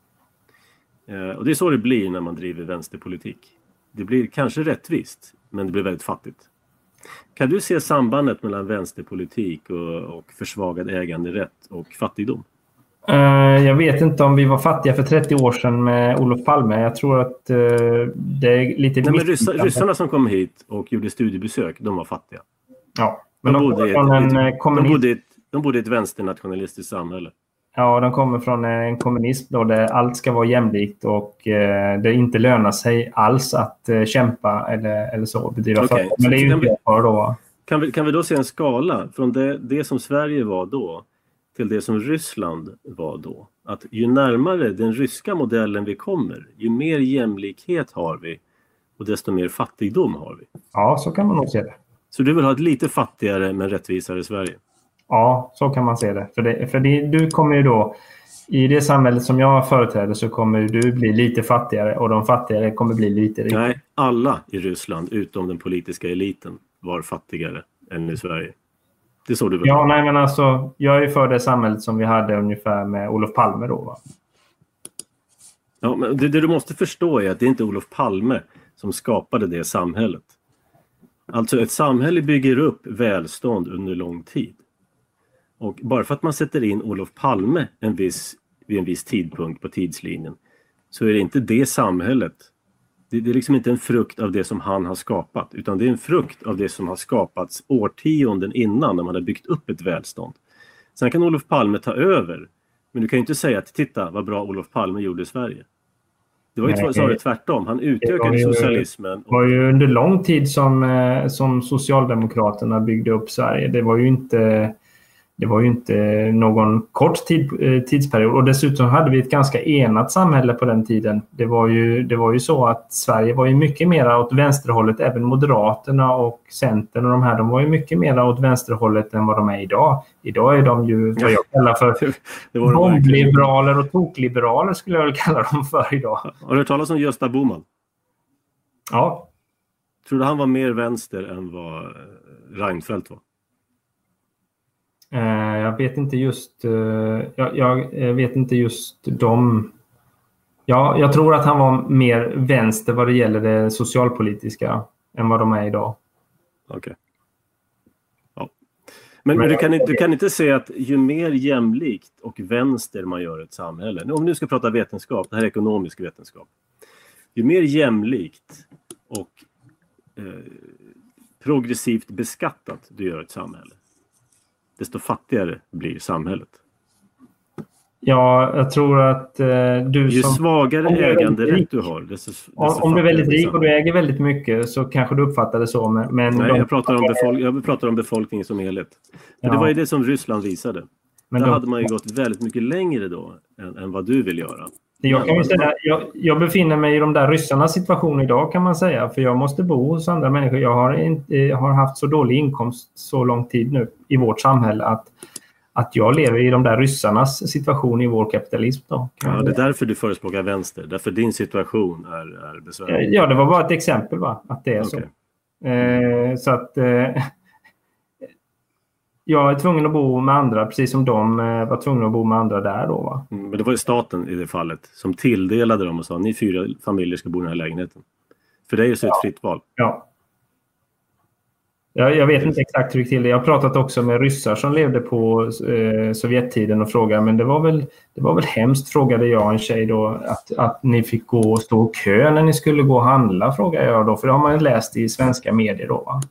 Eh, och det är så det blir när man driver vänsterpolitik. Det blir kanske rättvist, men det blir väldigt fattigt. Kan du se sambandet mellan vänsterpolitik och, och försvagad äganderätt och fattigdom? Jag vet inte om vi var fattiga för trettio år sedan med Olof Palme. Jag tror att uh, det är lite... Nej, men ryssa, ryssarna som kom hit och gjorde studiebesök, de var fattiga. Ja, men de, de, bodde, från ett, en ett, kommunist... de, bodde, ett, de bodde i ett vänsternationalistiskt samhälle. Ja, de kommer från en kommunism då där allt ska vara jämlikt och uh, det inte lönar sig alls att uh, kämpa eller, eller så. Bedriva okay. Men det är ju kan, vi, då. Kan, vi, kan vi då se en skala från det, det som Sverige var då till det som Ryssland var då? Att ju närmare den ryska modellen vi kommer, ju mer jämlikhet har vi och desto mer fattigdom har vi. Ja, så kan man nog se det. Så du vill ha ett lite fattigare men rättvisare Sverige? Ja, så kan man se det. För, det, för det, du kommer ju då, i det samhället som jag företräder så kommer du bli lite fattigare och de fattigare kommer bli lite rikare. Nej, alla i Ryssland utom den politiska eliten var fattigare än i Sverige. Det är så du vill. Ja, nej men alltså, jag är ju för det samhället som vi hade ungefär med Olof Palme då, va? Ja, men det, det du måste förstå är att det är inte Olof Palme som skapade det samhället. Alltså ett samhälle bygger upp välstånd under lång tid. Och bara för att man sätter in Olof Palme en viss, vid en viss tidpunkt på tidslinjen så är det inte det samhället. Det, det är liksom inte en frukt av det som han har skapat, utan det är en frukt av det som har skapats årtionden innan när man har byggt upp ett välstånd. Sen kan Olof Palme ta över, men du kan ju inte säga att titta vad bra Olof Palme gjorde i Sverige. Det var ju Nej, så tvärtom. Han utökade det ju, socialismen. Det var ju under lång tid som, som Socialdemokraterna byggde upp Sverige. Det var ju inte, det var ju inte någon kort tid, tidsperiod. Och dessutom hade vi ett ganska enat samhälle på den tiden. Det var ju, det var ju så att Sverige var ju mycket mer åt vänsterhållet. Även Moderaterna och Centern och de här, de var ju mycket mer åt vänsterhållet än vad de är idag. Idag är de ju vad jag kallar för bombliberaler och tokliberaler skulle jag väl kalla dem för idag. Har du hört talas om Gösta Bohman? Ja. Tror du han var mer vänster än vad Reinfeldt var? Jag vet inte just jag, jag vet inte just dem. Ja, jag tror att han var mer vänster vad det gäller det socialpolitiska än vad de är idag. Okej. Okay. Ja. Men, men du, kan, du kan inte se att ju mer jämlikt och vänster man gör ett samhälle. Om vi nu ska prata vetenskap, det här är ekonomisk vetenskap. Ju mer jämlikt och eh, progressivt beskattat du gör ett samhälle, desto fattigare blir samhället. Ja, jag tror att eh, du ju som... svagare äganderätt du har, desto, desto om, om du är väldigt rik och du äger väldigt mycket så kanske du uppfattar det så. Men, men Nej, de... jag, pratar om befolk- jag pratar om befolkningen som helhet. För ja. Det var ju det som Ryssland visade. Men Där de... hade man ju gått väldigt mycket längre då än, än vad du vill göra. Jag, kan ju säga, jag, jag befinner mig i de där ryssarnas situation idag kan man säga. För jag måste bo hos andra människor. Jag har, inte, har haft så dålig inkomst så lång tid nu i vårt samhälle att, att jag lever i de där ryssarnas situation i vår kapitalism. Då, ja, det är därför du förespråkar vänster. Därför din situation är, är besvärlig. Ja, det var bara ett exempel va? Att det är okay. så. Eh, så att... Eh, jag är tvungen att bo med andra precis som de var tvungna att bo med andra där då va? Mm, men det var ju staten i det fallet som tilldelade dem och sa ni fyra familjer ska bo i den här lägenheten. För det är ju så ett ja. fritt val. Ja. Jag, jag vet inte exakt hur det gick till. Jag har pratat också med ryssar som levde på eh, Sovjettiden och frågade men det var väl det var väl hemskt frågade jag en tjej då att, att ni fick gå och stå i kö när ni skulle gå och handla frågade jag då för det har man läst i svenska medier då va?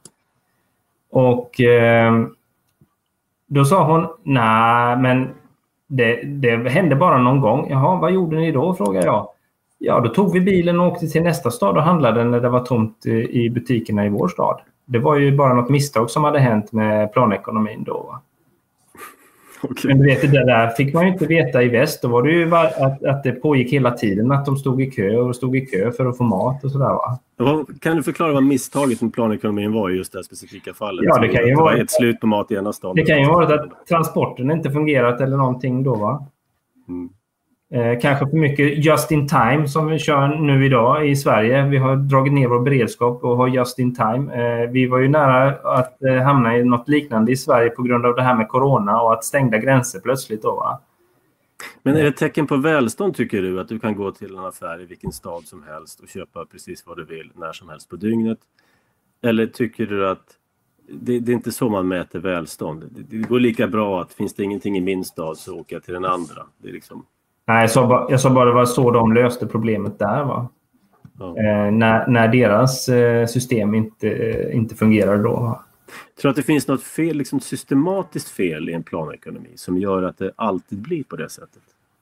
Och eh, då sa hon, nej men det, det hände bara någon gång. Jaha, vad gjorde ni då? Frågade jag. Ja, då tog vi bilen och åkte till nästa stad och handlade när det var tomt i butikerna i vår stad. Det var ju bara något misstag som hade hänt med planekonomin då va? Okay. Men du vet, det där fick man ju inte veta i väst. Då var det ju att, att det pågick hela tiden att de stod i kö och stod i kö för att få mat och sådär va? Kan du förklara vad misstaget med planekonomin var i just det här specifika fallet? Ja, det kan ju vara ett slut på mat i ena staden. Det kan ju vara att transporten inte fungerat eller någonting då va? Mm. Eh, kanske för mycket just in time som vi kör nu idag i Sverige. Vi har dragit ner vår beredskap och har just in time. Eh, vi var ju nära att eh, hamna i något liknande i Sverige på grund av det här med corona och att stängda gränser plötsligt då va? Men är det ett tecken på välstånd tycker du att du kan gå till en affär i vilken stad som helst och köpa precis vad du vill när som helst på dygnet? Eller tycker du att det, det är inte så man mäter välstånd? Det, det går lika bra att finns det ingenting i min stad så åker jag till den andra. Det är liksom... Nej, jag sa, bara, jag sa bara det var så de löste problemet där va? Ja. Eh, när, när deras eh, system inte, eh, inte fungerar då va? Tror du att det finns något fel, liksom systematiskt fel i en planekonomi som gör att det alltid blir på det sättet?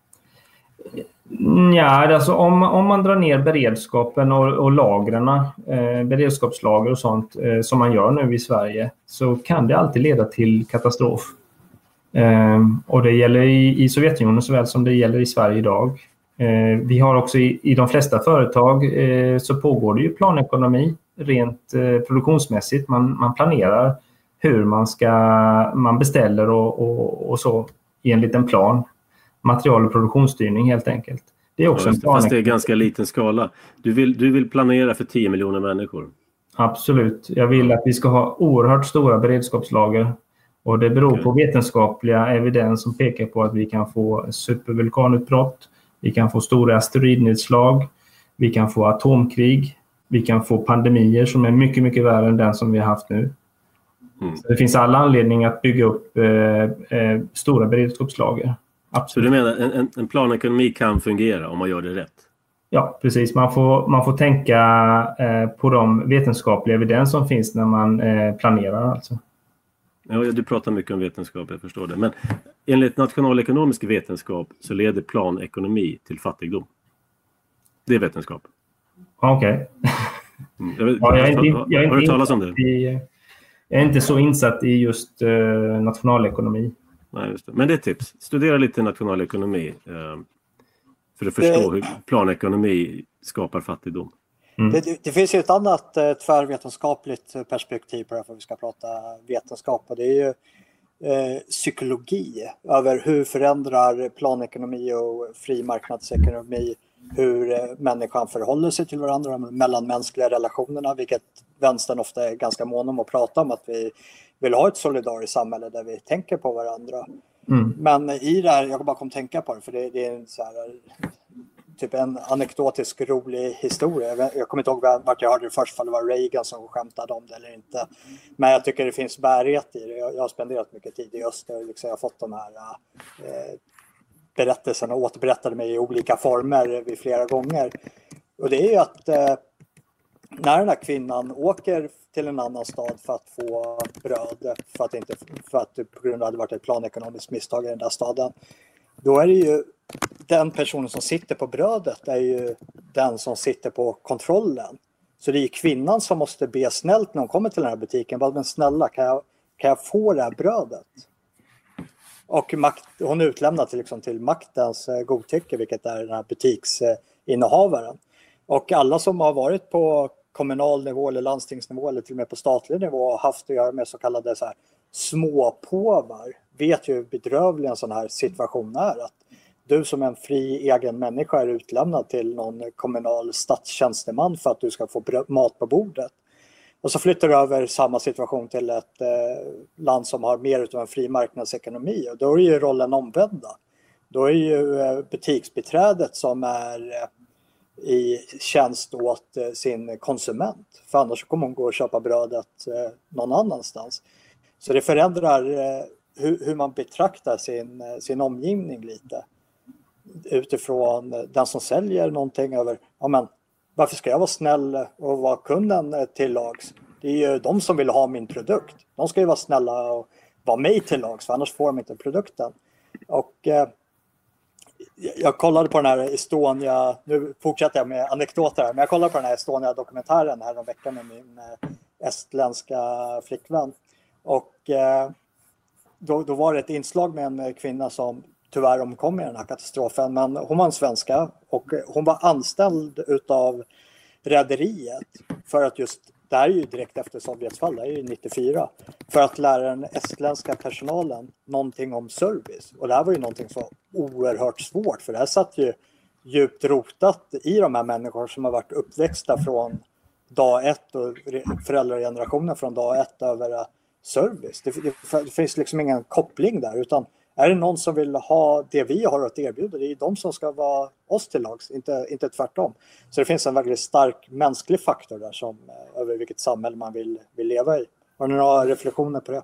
Ja, alltså om, om man drar ner beredskapen och, och lagren, eh, beredskapslager och sånt eh, som man gör nu i Sverige så kan det alltid leda till katastrof. Eh, och det gäller i, i Sovjetunionen såväl som det gäller i Sverige idag. Eh, vi har också i, i de flesta företag eh, så pågår det ju planekonomi rent eh, produktionsmässigt. Man, man planerar hur man ska man beställer och, och, och så enligt en plan. Material- och produktionsstyrning helt enkelt. Det är också ja, en plan. Fast det är ganska liten skala. Du vill, du vill planera för tio miljoner människor. Absolut. Jag vill att vi ska ha oerhört stora beredskapslager. Och det beror okay. på vetenskapliga evidens som pekar på att vi kan få supervulkanutbrott. Vi kan få stora asteroidnedslag. Vi kan få atomkrig. vi kan få pandemier som är mycket, mycket värre än den som vi har haft nu. Mm. Så det finns alla anledning att bygga upp eh, eh, stora beredskapslager. Absolut. Så du menar en, en, en planekonomi kan fungera om man gör det rätt? Ja, precis. Man får, man får tänka eh, på de vetenskapliga evidens som finns när man eh, planerar. Alltså. Ja, du pratar mycket om vetenskap, jag förstår det. Men enligt nationalekonomisk vetenskap så leder planekonomi till fattigdom. Det är vetenskap. Okej. Okay. Mm. Jag, ja, jag, jag, jag, jag har hört talas om det? I, jag är inte så insatt i just uh, nationalekonomi. Nej, just det. Men det är ett tips. Studera lite nationalekonomi uh, för att förstå det, hur planekonomi skapar fattigdom. Mm. Det, det finns ju ett annat uh, tvärvetenskapligt perspektiv på det här, för vi ska prata vetenskap. Och det är ju uh, psykologi över hur förändrar planekonomi och fri marknadsekonomi hur uh, människan förhåller sig till varandra, de mellanmänskliga relationerna, vilket vänstern ofta är ganska mån om att prata om, att vi vill ha ett solidariskt samhälle där vi tänker på varandra. Mm. Men i det här, jag bara kom tänka på det, för det, det är en så här, typ en anekdotisk rolig historia. Jag kommer inte ihåg vart jag hörde det först, för det var Reagan som skämtade om det eller inte. Men jag tycker det finns bärighet i det. Jag, jag har spenderat mycket tid i öst och liksom jag har fått de här eh, berättelserna och återberättade mig i olika former vid flera gånger. Och det är ju att eh, när den här kvinnan åker till en annan stad för att få bröd, för att, inte, för att det på grund av att det varit ett planekonomiskt misstag i den där staden, då är det ju den personen som sitter på brödet är ju den som sitter på kontrollen. Så det är kvinnan som måste be snällt när hon kommer till den här butiken. Bara, men snälla, kan jag, kan jag få det här brödet? Och makt, hon är utlämnad till, liksom, till maktens godtycke, vilket är den här butiksinnehavaren. Och alla som har varit på kommunal nivå eller landstingsnivå eller till och med på statlig nivå har haft att göra med så kallade så här småpåvar, vet ju hur bedrövlig en sån här situation är. Att du som en fri egen människa är utlämnad till någon kommunal statstjänsteman för att du ska få mat på bordet. Och så flyttar du över samma situation till ett eh, land som har mer utav en fri marknadsekonomi. Och då är ju rollen omvända. Då är ju eh, butiksbiträdet som är eh, i tjänst åt eh, sin konsument. För annars kommer hon gå och köpa brödet eh, någon annanstans. Så det förändrar eh, hur, hur man betraktar sin, eh, sin omgivning lite. Utifrån eh, den som säljer någonting över, ja men varför ska jag vara snäll och vara kunden eh, till lags? Det är ju de som vill ha min produkt. De ska ju vara snälla och vara mig till lags, för annars får de inte produkten. Och eh, jag kollade på den här Estonia, nu fortsätter jag med anekdoter här, men jag kollade på den här Estonia-dokumentären här en vecka med min eh, estländska flickvän. Och eh, då, då var det ett inslag med en kvinna som tyvärr omkom i den här katastrofen, men hon var en svenska och hon var anställd utav rederiet för att just, det här är ju direkt efter Sovjets fall, det är ju nittiofyra, för att lära den estländska personalen någonting om service. Och det här var ju någonting så oerhört svårt, för det här satt ju djupt rotat i de här människor som har varit uppväxta från dag ett och föräldragenerationen från dag ett över service. Det, det, det finns liksom ingen koppling där, utan är det någon som vill ha det vi har att erbjuda, det är de som ska vara oss till lags, inte, inte tvärtom. Så det finns en väldigt stark mänsklig faktor där som, över vilket samhälle man vill, vill leva i. Har ni några reflektioner på det?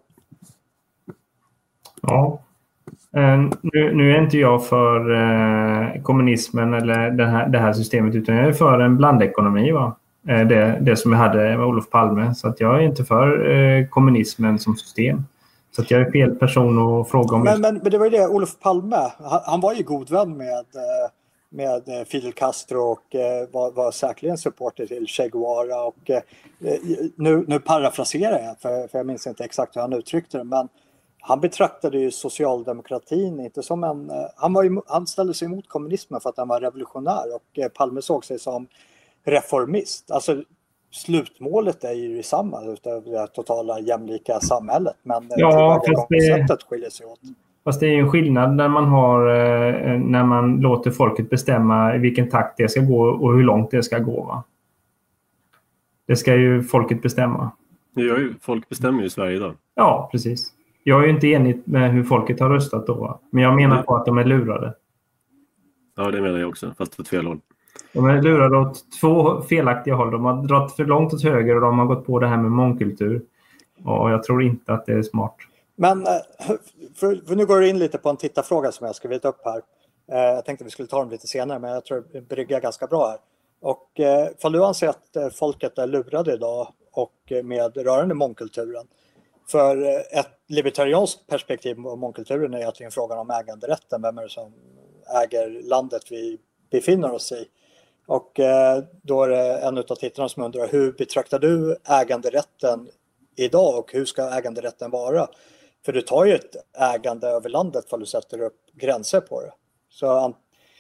Ja, nu, nu är inte jag för eh, kommunismen eller det här, det här systemet, utan jag är för en blandekonomi, va? Det, det som jag hade med Olof Palme. Så att jag är inte för eh, kommunismen som system. Så att jag är fel person att fråga om. Men, men, men det var ju det, Olof Palme, han, han var ju god vän med, med Fidel Castro och eh, var, var säkerligen supporter till Che Guevara. Och, eh, nu, nu parafraserar jag, för, för jag minns inte exakt hur han uttryckte det, men han betraktade ju socialdemokratin inte som en... Han, var ju, han ställde sig emot kommunismen för att han var revolutionär, och eh, Palme såg sig som reformist. Alltså slutmålet är ju detsamma utav det totala jämlika samhället, men ja, tillvägagångssättet skiljer sig åt. Fast det är ju en skillnad när man har när man låter folket bestämma i vilken takt det ska gå och hur långt det ska gå, va? Det ska ju folket bestämma. Det gör ju, folk bestämmer ju i Sverige idag. Ja, precis. Jag är ju inte enig med hur folket har röstat då, va? Men jag menar på att de är lurade. Ja, det menar jag också, fast åt fel håll. De är lurade åt två felaktiga håll. De har dragit för långt åt höger och de har gått på det här med mångkultur. Och jag tror inte att det är smart. Men för, för nu går det in lite på en tittarfråga som jag skrivit upp här. Jag tänkte vi skulle ta dem lite senare, men jag tror det bryggar ganska bra här. Och för du anser att folket är lurade idag och med rörande mångkulturen. För ett libertarianskt perspektiv på mångkulturen är egentligen frågan om äganderätten. Vem är det som äger landet vi befinner oss i? Och då är det en av tittarna som undrar, hur betraktar du äganderätten idag och hur ska äganderätten vara? För du tar ju ett ägande över landet för att du sätter upp gränser på det. Så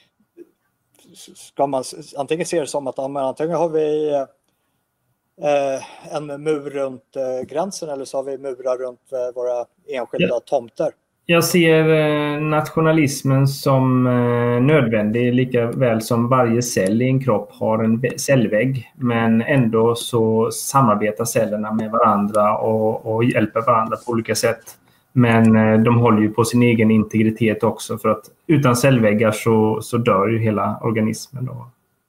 ska man antingen se det som att antingen har vi eh, en mur runt eh, gränsen eller så har vi murar runt eh, våra enskilda ja. tomter. Jag ser eh, nationalismen som eh, nödvändig lika väl som varje cell i en kropp har en cellvägg. Men ändå så samarbetar cellerna med varandra och, och hjälper varandra på olika sätt. Men eh, de håller ju på sin egen integritet också, för att utan cellväggar så, så dör ju hela organismen då.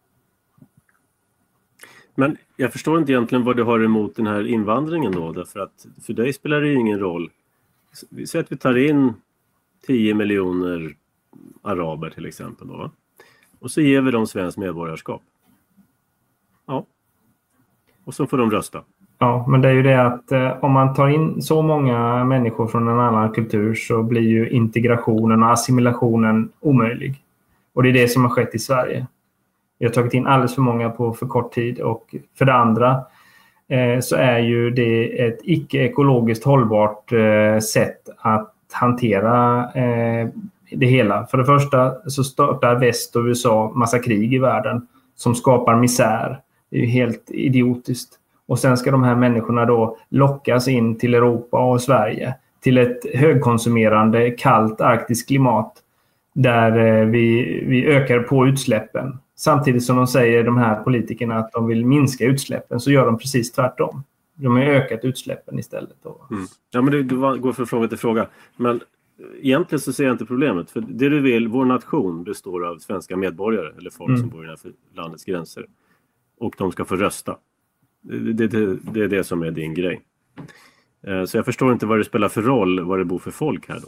Men jag förstår inte egentligen vad du har emot den här invandringen då, därför att för dig spelar det ju ingen roll. Vi säger att vi tar in tio miljoner araber till exempel då, och så ger vi dem svenskt medborgarskap. Ja. Och så får de rösta. Ja, men det är ju det att eh, om man tar in så många människor från en annan kultur så blir ju integrationen och assimilationen omöjlig. Och det är det som har skett i Sverige. Vi har tagit in alldeles för många på för kort tid, och för det andra eh, så är ju det ett icke-ekologiskt hållbart eh, sätt att hantera eh, det hela. För det första så startar väst och U S A massa krig i världen som skapar misär. Det är ju helt idiotiskt. Och sen ska de här människorna då lockas in till Europa och Sverige. Till ett högkonsumerande, kallt arktiskt klimat. Där vi, vi ökar på utsläppen. Samtidigt som de säger, de här politikerna, att de vill minska utsläppen, så gör de precis tvärtom. De har ökat utsläppen istället. Då. Mm. Ja, men du, du går från fråga till fråga. Men egentligen så ser jag inte problemet. För det du vill, vår nation består av svenska medborgare. Eller folk mm. som bor innanför landets gränser. Och de ska få rösta. Det, det, det, det är det som är din grej. Så jag förstår inte vad det spelar för roll, vad det bor för folk här då.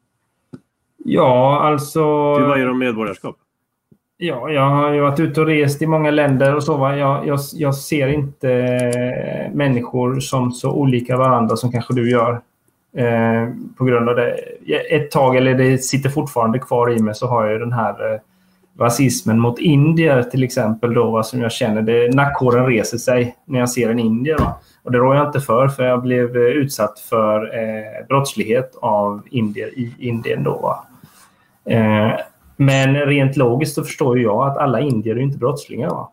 Ja, alltså... Du var ju om medborgarskap. Ja, jag har ju varit ute och rest i många länder och så. Va? Jag, jag, jag ser inte människor som så olika varandra som kanske du gör. Eh, på grund av det. Ett tag, eller det sitter fortfarande kvar i mig, så har jag ju den här... Eh, rasismen mot indier till exempel då, va, som jag känner det, nackhåren reser sig när jag ser en indier, va? Och det rår jag inte för, för jag blev utsatt för eh, brottslighet av indier i Indien då, va? Eh, men rent logiskt så förstår jag att alla indier är inte brottslingar, va?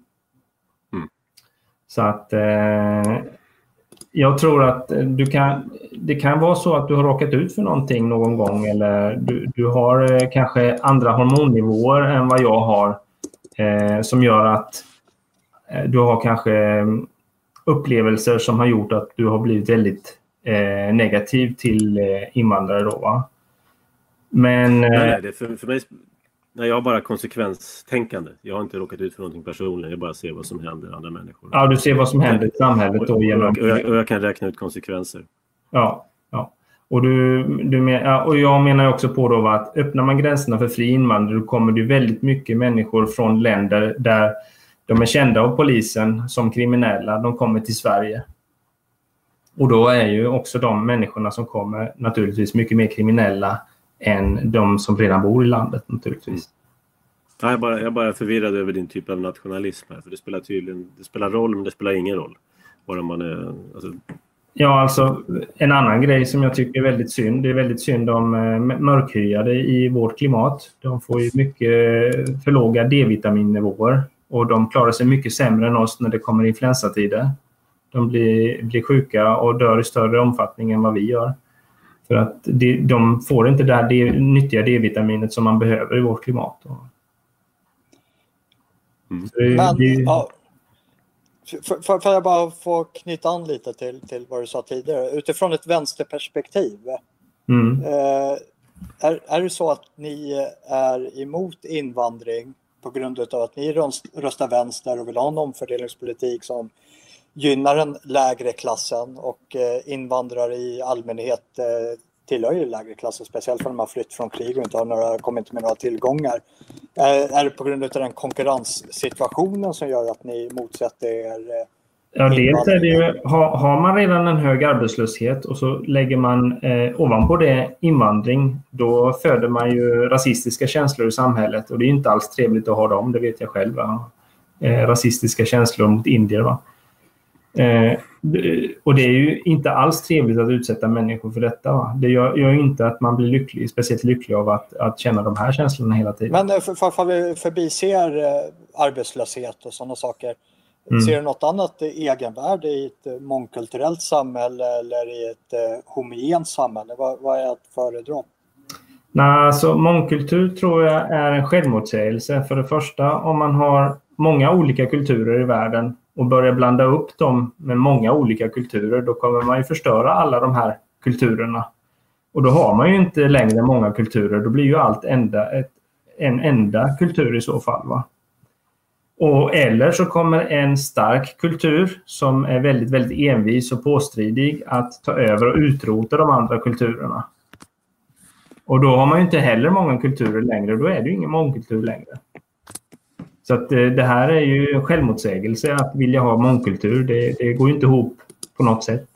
Mm. Så att eh, jag tror att du kan, det kan vara så att du har råkat ut för någonting någon gång, eller du, du har eh, kanske andra hormonnivåer än vad jag har, eh, som gör att eh, du har kanske upplevelser som har gjort att du har blivit väldigt eh, negativ till eh, invandrare då, va? Men... Eh, nej, nej, det för, för mig... Nej, jag har bara konsekvenstänkande. Jag har inte råkat ut för någonting personligen. Jag bara ser vad som händer andra människor. Ja, du ser vad som händer i samhället då. Och, genom... och, jag, och jag kan räkna ut konsekvenser. Ja, ja. Och, du, du men, ja, och jag menar också på då att öppnar man gränserna för fri invandring, då kommer det väldigt mycket människor från länder där de är kända av polisen som kriminella. De kommer till Sverige. Och då är ju också de människorna som kommer naturligtvis mycket mer kriminella än de som redan bor i landet naturligtvis. Ja, jag, bara, jag är bara förvirrad över din typ av nationalism här. För det spelar tydligen, det spelar roll, men det spelar ingen roll. Bara man är, alltså... Ja, alltså en annan grej som jag tycker är väldigt synd. Det är väldigt synd om eh, mörkhyade i vårt klimat. De får ju mycket för låga D-vitaminnivåer. Och de klarar sig mycket sämre än oss när det kommer influensatider. De blir, blir sjuka och dör i större omfattning än vad vi gör. För att de, de får inte det här nyttiga D-vitaminet som man behöver i vårt klimat. Mm. Det, Men, det... ja, för, för, för jag bara få knyta an lite till, till vad du sa tidigare. Utifrån ett vänsterperspektiv. Mm. Eh, är, är det så att ni är emot invandring på grund av att ni röstar vänster och vill ha en omfördelningspolitik som gynnar den lägre klassen, och invandrare i allmänhet tillhör ju lägre klassen, speciellt för de har flytt från krig och inte har några, kommer inte med några tillgångar. Är det på grund av den konkurrenssituationen som gör att ni motsätter er? Ja, dels är det ju, har, har man redan en hög arbetslöshet och så lägger man eh, ovanpå det invandring, då föder man ju rasistiska känslor i samhället, och det är inte alls trevligt att ha dem, det vet jag själv. Eh, rasistiska känslor mot indier, va? Eh, och det är ju inte alls trevligt att utsätta människor för detta, va? Det gör, gör inte att man blir lycklig, speciellt lycklig av att, att känna de här känslorna hela tiden. Men för, för, för vi förbiser eh, arbetslöshet och sådana saker, mm. ser du något annat egenvärde i ett mångkulturellt samhälle eller i ett eh, homogent samhälle? Vad, vad är att föredra? Nej, alltså mångkultur tror jag är en självmotsägelse. För det första, om man har många olika kulturer i världen och börjar blanda upp dem med många olika kulturer, då kommer man ju förstöra alla de här kulturerna. Och då har man ju inte längre många kulturer, då blir ju allt enda ett, en enda kultur i så fall, va? Och eller så kommer en stark kultur som är väldigt, väldigt envis och påstridig att ta över och utrota de andra kulturerna. Och då har man ju inte heller många kulturer längre, då är det ju ingen mångkultur längre. Så att det här är ju en självmotsägelse, att vilja ha mångkultur, det, det går ju inte ihop på något sätt.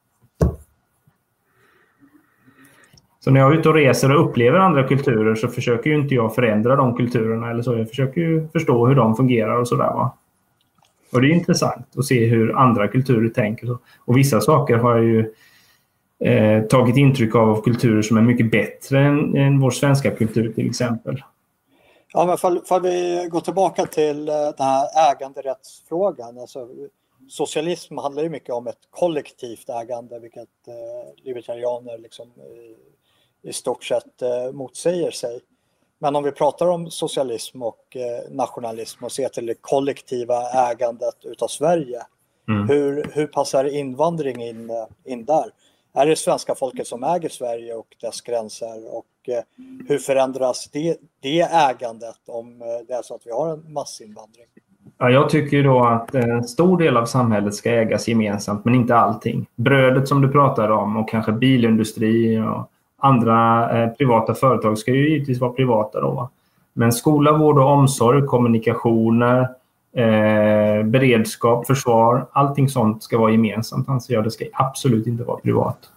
Så när jag är ute och reser och upplever andra kulturer så försöker ju inte jag förändra de kulturerna eller så. Jag försöker ju förstå hur de fungerar och sådär, va. Och det är intressant att se hur andra kulturer tänker. Och vissa saker har jag ju eh, tagit intryck av, av kulturer som är mycket bättre än, än vår svenska kultur till exempel. Ja, men för, för vi går tillbaka till den här äganderättsfrågan. Alltså, socialism handlar ju mycket om ett kollektivt ägande, vilket eh, libertarianer liksom i, i stort sett eh, motsäger sig. Men om vi pratar om socialism och eh, nationalism och ser till det kollektiva ägandet utav Sverige, mm. hur, hur passar invandring in, in där? Är det svenska folket som äger Sverige och dess gränser, och eh, hur förändras det, det ägandet om eh, det är så att vi har en massinvandring? Ja, jag tycker då att en stor del av samhället ska ägas gemensamt, men inte allting. Brödet som du pratade om och kanske bilindustri och andra eh, privata företag ska ju givetvis vara privata då, va? Men skola, vård och omsorg, kommunikationer, eh, beredskap, försvar, allting sånt ska vara gemensamt, anser jag. Det ska absolut inte vara privat.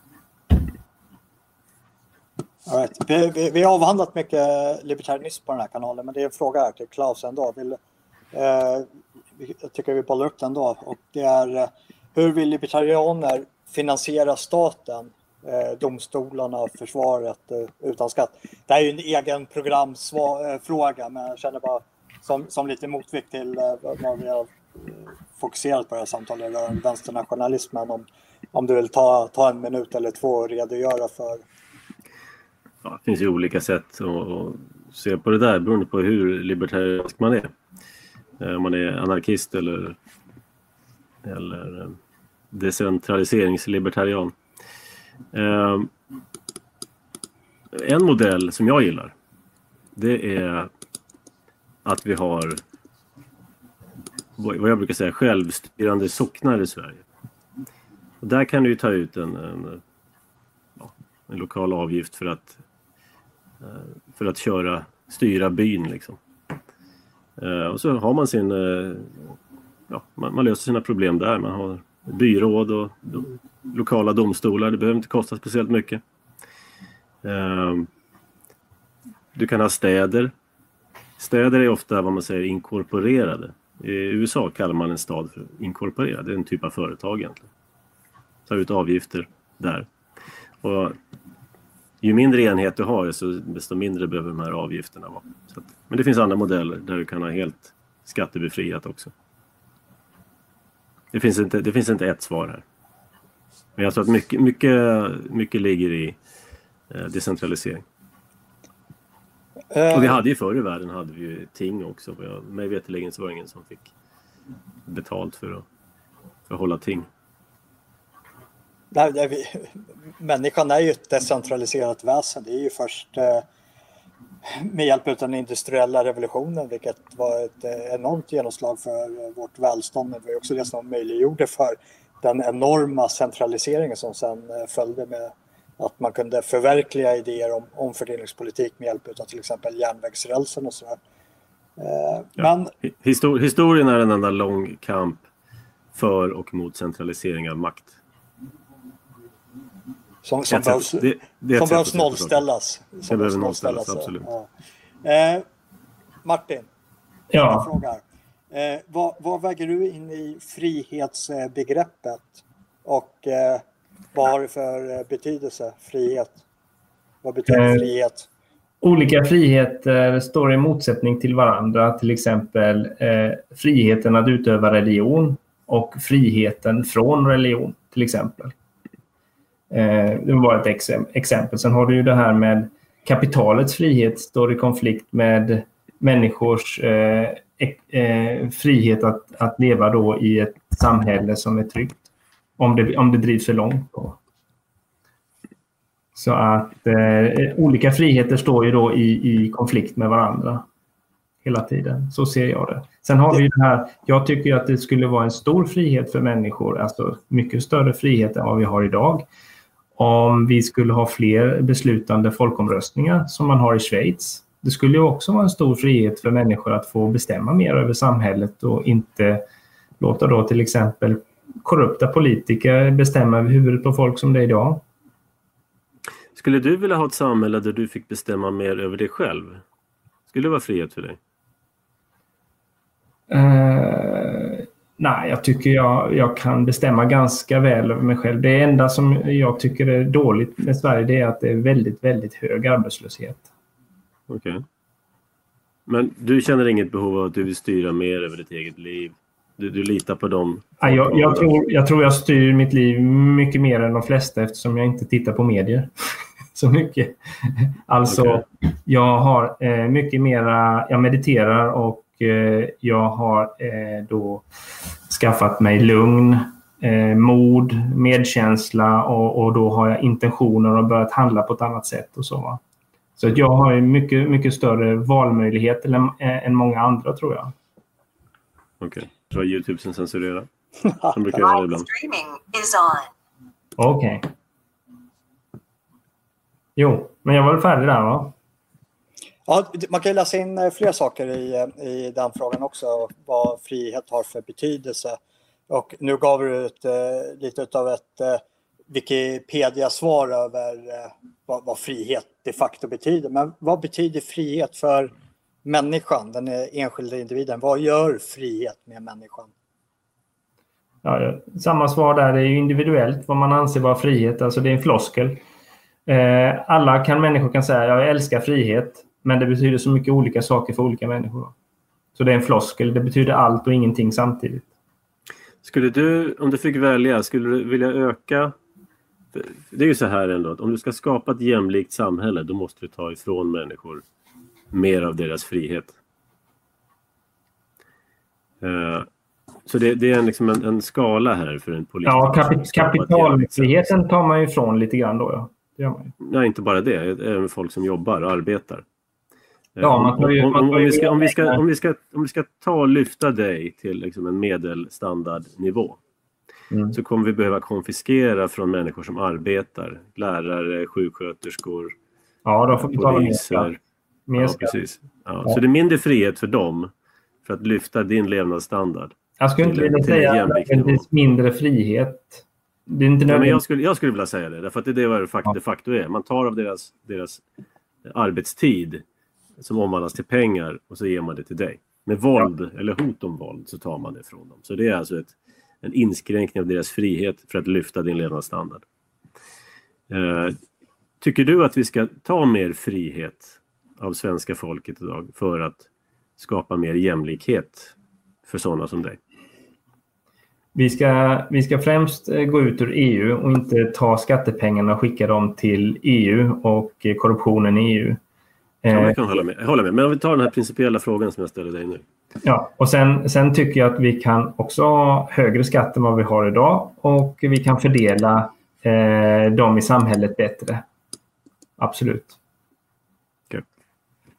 All right. vi, vi, vi har avhandlat mycket libertarianism på den här kanalen, men det är en fråga här till Klaus ändå. Vill, eh, jag tycker vi bollar upp den då. Och det är, eh, hur vill libertarianer finansiera staten, eh, domstolarna och försvaret eh, utan skatt? Det är ju en egen programfråga, men jag känner bara som, som lite motvikt till eh, vad vi har fokuserat på det här samtalet rörande vänsternationalismen. Om, om du vill ta, ta en minut eller två och redogöra för. Ja, det finns ju olika sätt att se på det där beroende på hur libertarisk man är. Om man är anarkist eller, eller decentraliseringslibertarian. En modell som jag gillar, det är att vi har vad jag brukar säga självstyrande socknar i Sverige. Och där kan du ju ta ut en, en, ja, en lokal avgift för att för att köra, styra byn liksom. Och så har man sin, ja, man, man löser sina problem där. Man har byråd och do, lokala domstolar. Det behöver inte kosta speciellt mycket. Du kan ha städer. Städer är ofta vad man säger inkorporerade. I U S A kallar man en stad för inkorporerad. Det är en typ av företag egentligen. Tar ut avgifter där. Och ju mindre enhet du har, så desto mindre behöver de här avgifterna vara. Så att, men det finns andra modeller där du kan ha helt skattebefriat också. Det finns inte, det finns inte ett svar här. Men jag tror att mycket, mycket, mycket ligger i eh, decentralisering. Och vi hade ju förr i världen hade vi ju ting också. Jag, mig veterligen så var det ingen som fick betalt för att, för att hålla ting. Nej, vi, människan är ju ett decentraliserat väsen. Det är ju först eh, med hjälp av den industriella revolutionen, vilket var ett enormt genomslag för vårt välstånd. Men det var också det som möjliggjorde för den enorma centraliseringen som sen följde med att man kunde förverkliga idéer om omfördelningspolitik med hjälp av till exempel järnvägsrälsen och sådär. Men ja. Histor- historien är en enda lång kamp för och mot centralisering av makt. Som, som behövs, det, det som behövs nollställas. Som det behöver nollställas, absolut. Ja. Eh, Martin, ja. frågar. Eh, vad, vad väger du in i frihetsbegreppet? Och eh, vad har det för betydelse, frihet? Vad betyder eh, frihet? Olika friheter står i motsättning till varandra. Till exempel eh, friheten att utöva religion och friheten från religion, till exempel. Eh, det var ett ex- exempel. Sen har du ju det här med kapitalets frihet står i konflikt med människors eh, eh, frihet att, att leva då i ett samhälle som är tryggt. Om det, om det drivs för långt då. Så att eh, olika friheter står ju då i, i konflikt med varandra hela tiden. Så ser jag det. Sen har vi ju det här, jag tycker att det skulle vara en stor frihet för människor, alltså mycket större frihet än vad vi har idag. Om vi skulle ha fler beslutande folkomröstningar som man har i Schweiz. Det skulle ju också vara en stor frihet för människor att få bestämma mer över samhället och inte låta då till exempel korrupta politiker bestämma över huvudet på folk som det är idag. Skulle du vilja ha ett samhälle där du fick bestämma mer över dig själv? Skulle det vara frihet för dig? Uh, nej, jag tycker jag, jag kan bestämma ganska väl över mig själv. Det enda som jag tycker är dåligt med Sverige, det är att det är väldigt, väldigt hög arbetslöshet. Okej. Okay. Men du känner inget behov av att du vill styra mer över ditt eget liv? Du, du litar på dem? Ja, jag, jag, tror, jag tror jag styr mitt liv mycket mer än de flesta eftersom jag inte tittar på medier så mycket. Alltså, okay. jag har eh, mycket mera, jag mediterar och eh, jag har eh, då skaffat mig lugn, eh, mod, medkänsla och, och då har jag intentioner och börjat handla på ett annat sätt och så va. Så att jag har ju mycket, mycket större valmöjlighet än, än många andra tror jag. Okej. Okay. Det var YouTube som censurerar. Som brukar göra ibland. Okej. Okay. Jo, men jag var väl färdig där va? Ja, man kan ju läsa in fler saker i, i den frågan också. Vad frihet har för betydelse. Och nu gav du ett, lite av ett Wikipedia-svar över vad, vad frihet de facto betyder. Men vad betyder frihet för människan, den enskilda individen? Vad gör frihet med människan? Ja, samma svar där, det är ju individuellt vad man anser vara frihet. Alltså det är en floskel. Eh, alla kan, människor kan säga jag älskar frihet, men det betyder så mycket olika saker för olika människor. Så det är en floskel, det betyder allt och ingenting samtidigt. Skulle du, om du fick välja, skulle du vilja öka? Det är ju så här ändå, att om du ska skapa ett jämlikt samhälle, då måste du ta ifrån människor mer av deras frihet. Uh, så det, det är en, liksom en, en skala här för en politiker. Ja, kapit- kapitalfriheten tar man ju ifrån lite grann då. Ja. Det gör man ju. Nej, inte bara det. Även folk som jobbar och arbetar. Ja, man tar ju, om, om, man tar ju, om, vi ska, om, vi ska, om, vi ska, om vi ska ta och lyfta dig till liksom en medelstandardnivå. Mm. Så kommer vi behöva konfiskera från människor som arbetar. Lärare, sjuksköterskor, ja, då får vi ta poliser. Mer ja, precis. Ja, ja. Så det är mindre frihet för dem för att lyfta din levnadsstandard. Jag skulle inte vilja säga att det är mindre frihet. Det är inte ja, men jag, skulle, jag skulle vilja säga det. Därför att det är vad det fakt- de facto är. Man tar av deras, deras arbetstid som omvandlas till pengar och så ger man det till dig. Med våld ja. eller hot om våld så tar man det från dem. Så det är alltså ett, en inskränkning av deras frihet för att lyfta din levnadsstandard. Eh, tycker du att vi ska ta mer frihet av svenska folket idag för att skapa mer jämlikhet för sådana som dig? Vi ska, vi ska främst gå ut ur E U och inte ta skattepengarna och skicka dem till E U och korruptionen i E U. Ja, jag kan hålla med. Jag håller med. Men om vi tar den här principiella frågan som jag ställer dig nu. Ja, och sen, sen tycker jag att vi kan också ha högre skatt än vad vi har idag och vi kan fördela eh, dem i samhället bättre. Absolut.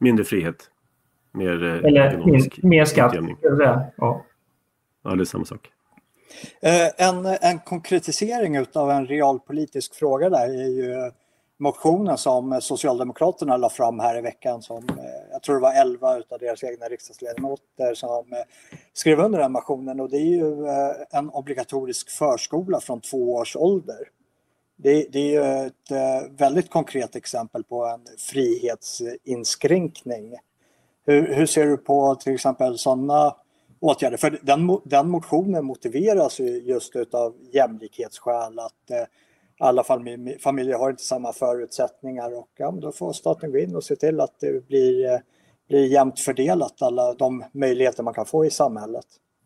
Mindre frihet. Mer eh, Eller ekonomisk mer skatt. utjämning. Ja. Ja, det är samma sak. Eh, en, en konkretisering av en realpolitisk fråga där är ju motionen som Socialdemokraterna la fram här i veckan. Som, eh, jag tror det var elva utav deras egna riksdagsledamöter som eh, skrev under den motionen. Och det är ju eh, en obligatorisk förskola från två års ålder. Det, det är ju ett eh, väldigt konkret exempel på en frihetsinskränkning. Hur, hur ser du på till exempel sådana åtgärder? För den, den motionen motiveras ju just utav jämlikhetsskäl, att eh, alla familjer, familjer har inte samma förutsättningar, och ja, då får staten gå in och se till att det blir, eh, blir jämnt fördelat, alla de möjligheter man kan få i samhället.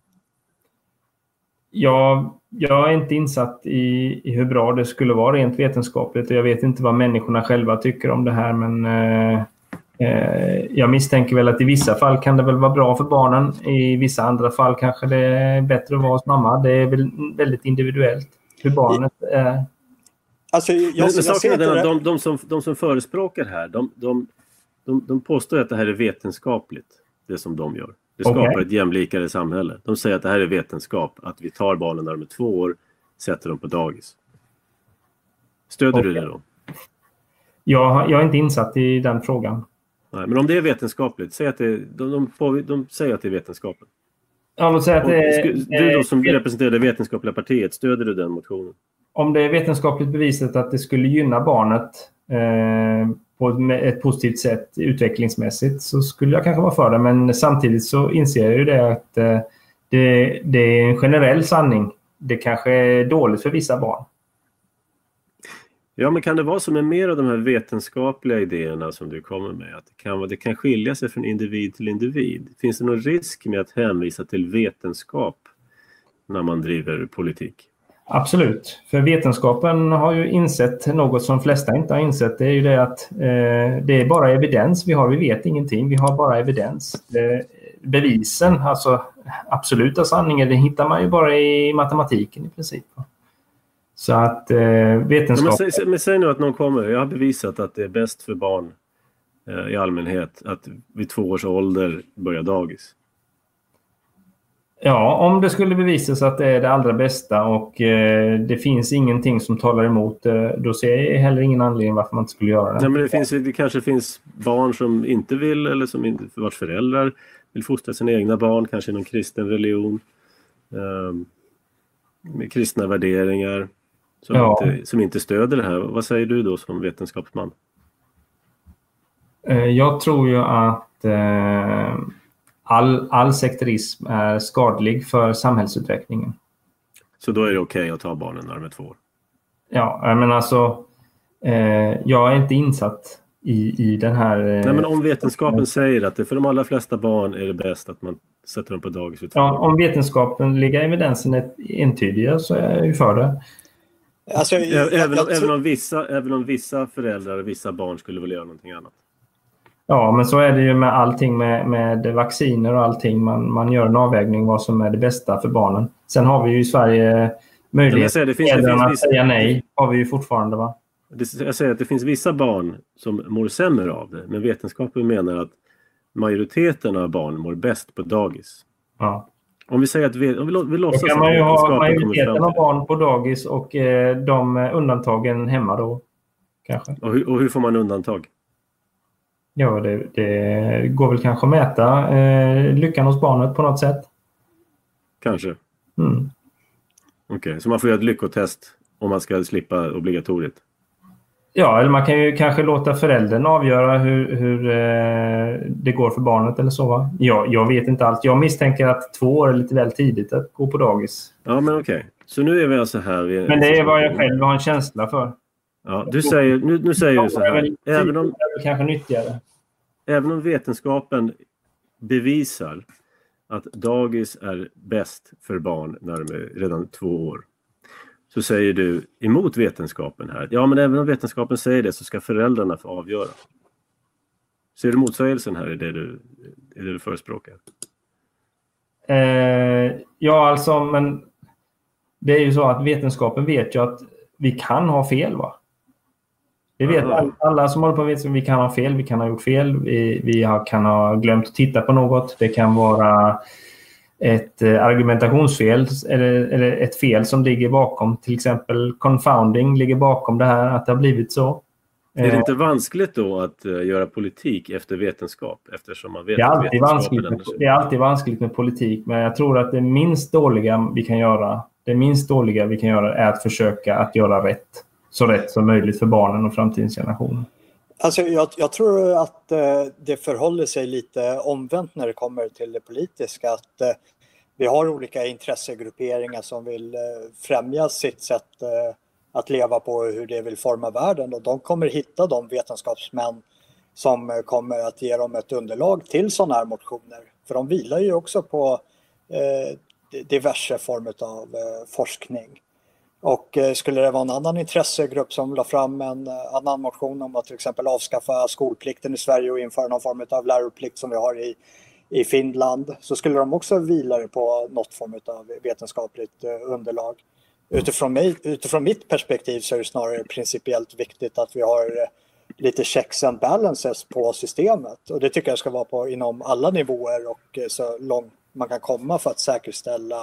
Jag, jag är inte insatt i, i hur bra det skulle vara rent vetenskapligt, och jag vet inte vad människorna själva tycker om det här, men eh, eh, jag misstänker väl att i vissa fall kan det väl vara bra för barnen, i vissa andra fall kanske det är bättre att vara hos mamma. Det är väl väldigt individuellt hur barnet är. Alltså, jag, men, jag men saken är den att det... de, de, som, de som förespråkar här, de, de, de, de påstår att det här är vetenskapligt, det som de gör. Det skapar okay. ett jämlikare samhälle. De säger att det här är vetenskap, att vi tar barnen när de är två år, sätter dem på dagis. Stöder okay. du det då? Jag, jag är inte insatt i den frågan. Nej, men om det är vetenskapligt, säg att det, de, de, de, de säger att det är vetenskapligt. Ja, låt säga att det är, du då som representerar det vetenskapliga partiet, stöder du den motionen? Om det är vetenskapligt bevisat att det skulle gynna barnet eh, på ett positivt sätt utvecklingsmässigt, så skulle jag kanske vara för det. Men samtidigt så inser jag ju det att eh, det, det är en generell sanning. Det kanske är dåligt för vissa barn. Ja, men kan det vara som med mer av de här vetenskapliga idéerna som du kommer med? Att det kan, det kan skilja sig från individ till individ. Finns det någon risk med att hänvisa till vetenskap när man driver politik? Absolut, för vetenskapen har ju insett något som flesta inte har insett. Det är ju det att eh, det är bara evidens vi har, vi vet ingenting, vi har bara evidens. Eh, bevisen, alltså absoluta sanningar, det hittar man ju bara i matematiken i princip. Så att eh, vetenskapen... Ja, men, säg, men säg nu att någon kommer, jag har bevisat att det är bäst för barn eh, i allmänhet att vid två års ålder börja dagis. Ja, om det skulle bevisas att det är det allra bästa och eh, det finns ingenting som talar emot, eh, då ser jag heller ingen anledning varför man inte skulle göra det. Nej, men det, finns, det kanske finns barn som inte vill, eller som inte, vars föräldrar vill fostra sina egna barn, kanske inom kristen religion, eh, med kristna värderingar, som, ja. inte, som inte stöder det här. Vad säger du då som vetenskapsman? Eh, jag tror ju att... Eh, All, all sekterism är skadlig för samhällsutvecklingen. Så då är det okej okay att ta barnen när de är två år? Ja, men alltså eh, jag är inte insatt i, i den här... Eh, Nej, men om vetenskapen eh, säger att det för de allra flesta barn är det bäst att man sätter dem på dagis vid två ja, år. Om vetenskapen ligger evidensen är entydiga så är jag ju för det. Alltså, jag, även, jag, även, om vissa, även om vissa föräldrar och vissa barn skulle vilja göra någonting annat. Ja, men så är det ju med allting med, med vacciner och allting. Man, man gör en avvägning vad som är det bästa för barnen. Sen har vi ju i Sverige möjlighet säger, det finns, det finns att vissa, säga nej. Har vi ju fortfarande, va? Det, jag säger att det finns vissa barn som mår sämre av det. Men vetenskapen menar att majoriteten av barn mår bäst på dagis. Ja. Om vi säger att vi, om vi, vi låtsas då kan man ju ha majoriteten av barn på dagis och eh, de undantagen hemma då. Kanske. Och hur, och hur får man undantag? Ja, det, det går väl kanske att mäta eh, lyckan hos barnet på något sätt. Kanske. Mm. Okej, okay, så man får göra ett lyckotest om man ska slippa obligatoriet? Ja, eller man kan ju kanske låta föräldern avgöra hur, hur eh, det går för barnet eller så, va? Ja, jag vet inte allt. Jag misstänker att två år är lite väl tidigt att gå på dagis. Ja, men okej. Okay. Så nu är vi alltså här. Vid men det är vad jag själv har en känsla för. Ja, du säger, nu, nu säger du så här. Även om, kanske nyttigare. Även om vetenskapen bevisar att dagis är bäst för barn när de är redan två år, så säger du emot vetenskapen här. Ja, men även om vetenskapen säger det så ska föräldrarna få avgöra. Ser du motsägelsen här i det du, i det du förespråkar? Eh, ja, alltså, men det är ju så att vetenskapen vet ju att vi kan ha fel, va? Vi vet all, alla som håller på vet att vi kan ha fel, vi kan ha gjort fel, vi, vi har, kan ha glömt att titta på något. Det kan vara ett eh, argumentationsfel eller, eller ett fel som ligger bakom. Till exempel confounding ligger bakom det här, att det har blivit så. Är det inte vanskligt då att uh, göra politik efter vetenskap? Eftersom man vet det, är att alltid vanskligt med, det är alltid vanskligt med politik, men jag tror att det minst dåliga vi kan göra, det minst dåliga vi kan göra är att försöka att göra rätt. Så rätt som möjligt för barnen och framtidens generationer. Alltså jag, jag tror att eh, det förhåller sig lite omvänt när det kommer till det politiska. Att eh, vi har olika intressegrupperingar som vill eh, främja sitt sätt eh, att leva på, hur det vill forma världen. Och de kommer hitta de vetenskapsmän som eh, kommer att ge dem ett underlag till sådana här motioner. För de vilar ju också på eh, diverse former av eh, forskning. Och skulle det vara en annan intressegrupp som la fram en annan motion om att till exempel avskaffa skolplikten i Sverige och införa någon form av läroplikt som vi har i, i Finland, så skulle de också vila på något form av vetenskapligt underlag. Utifrån, mig, utifrån mitt perspektiv så är det snarare principiellt viktigt att vi har lite checks and balances på systemet. Och det tycker jag ska vara på inom alla nivåer och så långt man kan komma för att säkerställa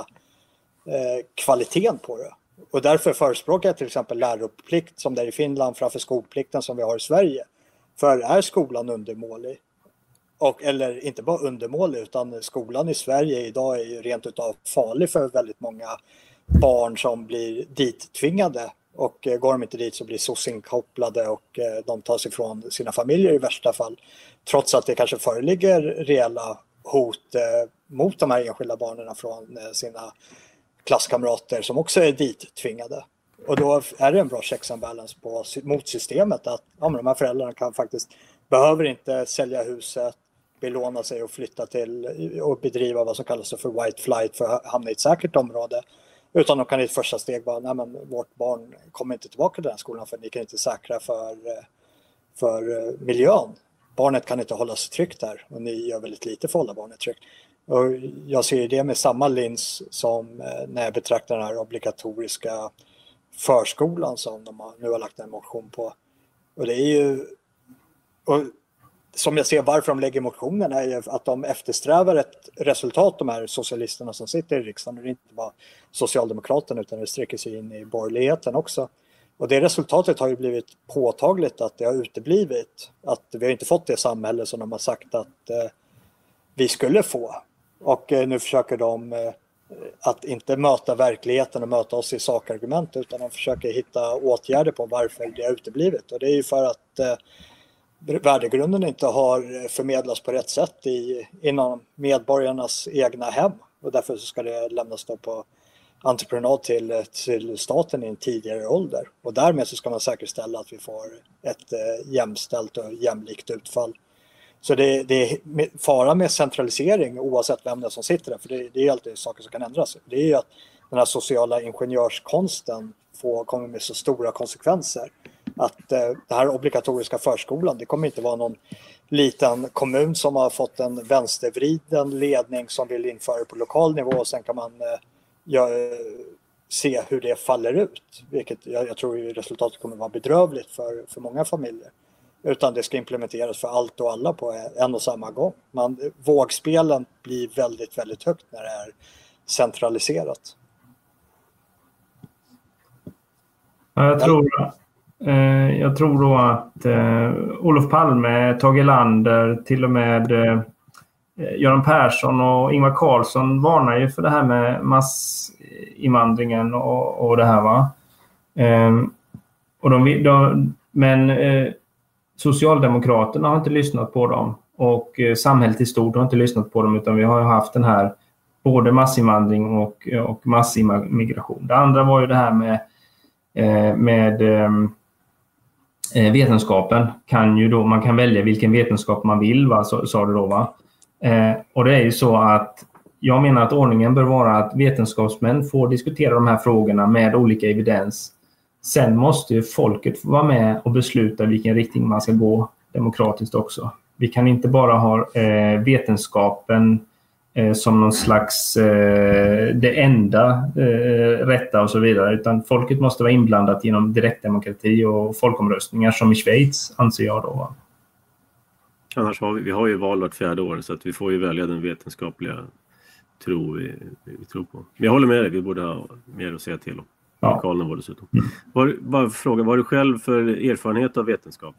eh, kvaliteten på det. Och därför förespråkar jag till exempel läroplikt som det är i Finland framför skolplikten som vi har i Sverige. För är skolan undermålig, och, eller inte bara undermålig utan skolan i Sverige idag är ju rent utav farlig för väldigt många barn som blir dittvingade. Och går de inte dit så blir soc-inkopplade och de tas ifrån sina familjer i värsta fall. Trots att det kanske föreligger reella hot mot de här enskilda barnen från sina klasskamrater som också är dit tvingade. Och då är det en bra checks and balance på, mot systemet att ja, men de här föräldrarna kan faktiskt, behöver inte sälja huset, belåna sig och flytta till och bedriva vad som kallas för white flight för att hamna i ett säkert område. Utan de kan i ett första steg bara, nej men vårt barn kommer inte tillbaka till den skolan för ni kan inte säkra för, för miljön. Barnet kan inte hålla sig tryggt här och ni gör väldigt lite för att hålla barnet tryggt. Och jag ser det med samma lins som när jag betraktar den här obligatoriska förskolan som de har, nu har lagt en motion på. Och det är ju, och som jag ser varför de lägger motionen är ju att de eftersträvar ett resultat, de här socialisterna som sitter i riksdagen. Det är inte bara Socialdemokraterna utan det sträcker sig in i borgerligheten också. Och det resultatet har ju blivit påtagligt att det har uteblivit. Att vi har inte fått det samhälle som de har sagt att eh, vi skulle få. Och eh, nu försöker de eh, att inte möta verkligheten och möta oss i sakargument utan de försöker hitta åtgärder på varför det har uteblivit. Och det är ju för att eh, värdegrunden inte har förmedlats på rätt sätt i, inom medborgarnas egna hem. Och därför så ska det lämnas då på entreprenad till, till staten i en tidigare ålder. Och därmed så ska man säkerställa att vi får ett eh, jämställt och jämlikt utfall. Så det, det är fara med centralisering oavsett vem det är som sitter där. För det, det är alltid saker som kan ändras. Det är ju att den här sociala ingenjörskonsten får, kommer med så stora konsekvenser. Att eh, det här obligatoriska förskolan, det kommer inte vara någon liten kommun som har fått en vänstervriden ledning som vill införa det på lokal nivå och sen kan man eh, ja, se hur det faller ut. Vilket jag, jag tror resultatet kommer vara bedrövligt för, för många familjer. Utan det ska implementeras för allt och alla på en och samma gång. Man, vågspelen blir väldigt, väldigt högt när det är centraliserat. Ja, jag tror, eh, jag tror då att eh, Olof Palme, Tage Erlander, till och med eh, Göran Persson och Ingvar Carlsson varnar ju för det här med massinvandringen och, och det här va. Eh, och de, de, men eh, Socialdemokraterna har inte lyssnat på dem och eh, samhället i stort har inte lyssnat på dem utan vi har haft den här både massinvandring och, och massimmigration. Det andra var ju det här med eh, med eh, vetenskapen kan ju då, man kan välja vilken vetenskap man vill va, så, sa du då va. Eh, och det är ju så att jag menar att ordningen bör vara att vetenskapsmän får diskutera de här frågorna med olika evidens. Sen måste ju folket få vara med och besluta vilken riktning man ska gå demokratiskt också. Vi kan inte bara ha eh, vetenskapen eh, som någon slags eh, det enda eh, rätta och så vidare, utan folket måste vara inblandat genom direktdemokrati och folkomröstningar som i Schweiz, anser jag då. Va? Annars har vi, vi har ju val vart fjärde år, så att vi får ju välja den vetenskapliga tro vi, vi tror på. Men jag håller med dig, vi borde ha mer att säga till om. Ja. Karlen var dessutom. Mm. Var, bara fråga, vad har du själv för erfarenhet av vetenskap?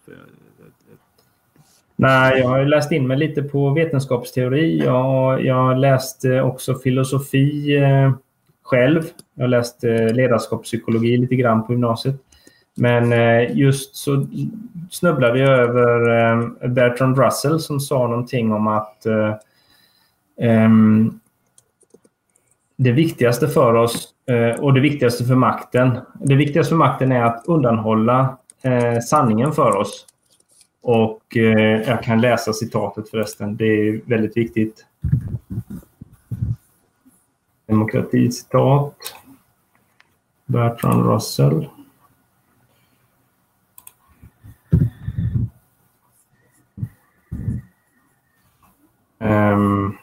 Nej, jag har läst in mig lite på vetenskapsteori. Jag, jag läste också filosofi eh, själv. Jag läste eh, ledarskapspsykologi lite grann på gymnasiet. Men eh, just så snubblade jag över eh, Bertrand Russell som sa någonting om att eh, eh, det viktigaste för oss eh, och det viktigaste för makten. Det viktigaste för makten är att undanhålla eh, sanningen för oss. Och eh, jag kan läsa citatet förresten. Det är väldigt viktigt. Demokraticitat. Bertrand Russell. Um,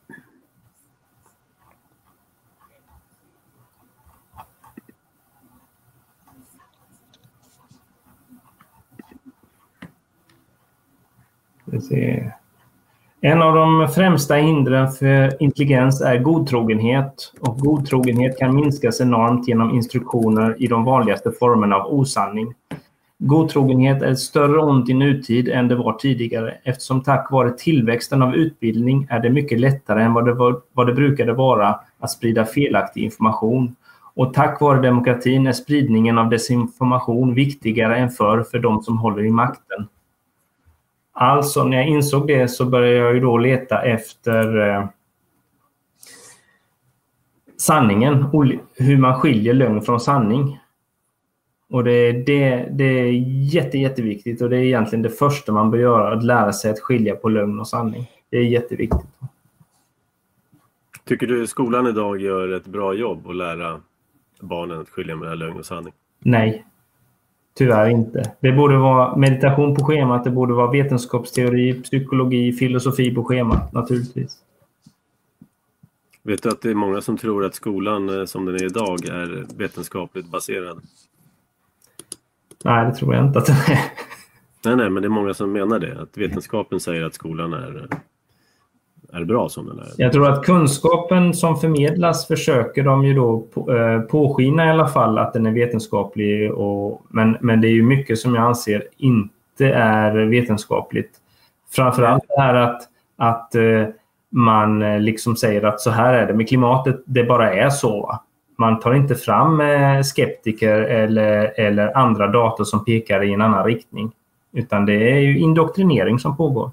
En av de främsta hindren för intelligens är godtrogenhet, och godtrogenhet kan minskas enormt genom instruktioner i de vanligaste formerna av osanning. Godtrogenhet är ett större ont i nutid än det var tidigare, eftersom tack vare tillväxten av utbildning är det mycket lättare än vad det, var, vad det brukade vara att sprida felaktig information. Och tack vare demokratin är spridningen av desinformation viktigare än förr för de som håller i makten. Alltså när jag insåg det så började jag ju då leta efter eh, sanningen, hur man skiljer lögn från sanning. Och det, det, det är jätte, jätteviktigt, och det är egentligen det första man bör göra, att lära sig att skilja på lögn och sanning. Det är jätteviktigt. Tycker du skolan idag gör ett bra jobb att lära barnen att skilja mellan lögn och sanning? Nej. Tyvärr inte. Det borde vara meditation på schemat, det borde vara vetenskapsteori, psykologi, filosofi på schemat, naturligtvis. Vet du att det är många som tror att skolan som den är idag är vetenskapligt baserad? Nej, det tror jag inte att den är. Nej, nej, men det är många som menar det. Att vetenskapen säger att skolan är, är bra som den är. Jag tror att kunskapen som förmedlas försöker de ju då på, eh, påskina i alla fall att den är vetenskaplig. Och, men, men det är ju mycket som jag anser inte är vetenskapligt. Framförallt det här att, att eh, man liksom säger att så här är det med klimatet, det bara är så. Man tar inte fram eh, skeptiker eller, eller andra data som pekar i en annan riktning. Utan det är ju indoktrinering som pågår.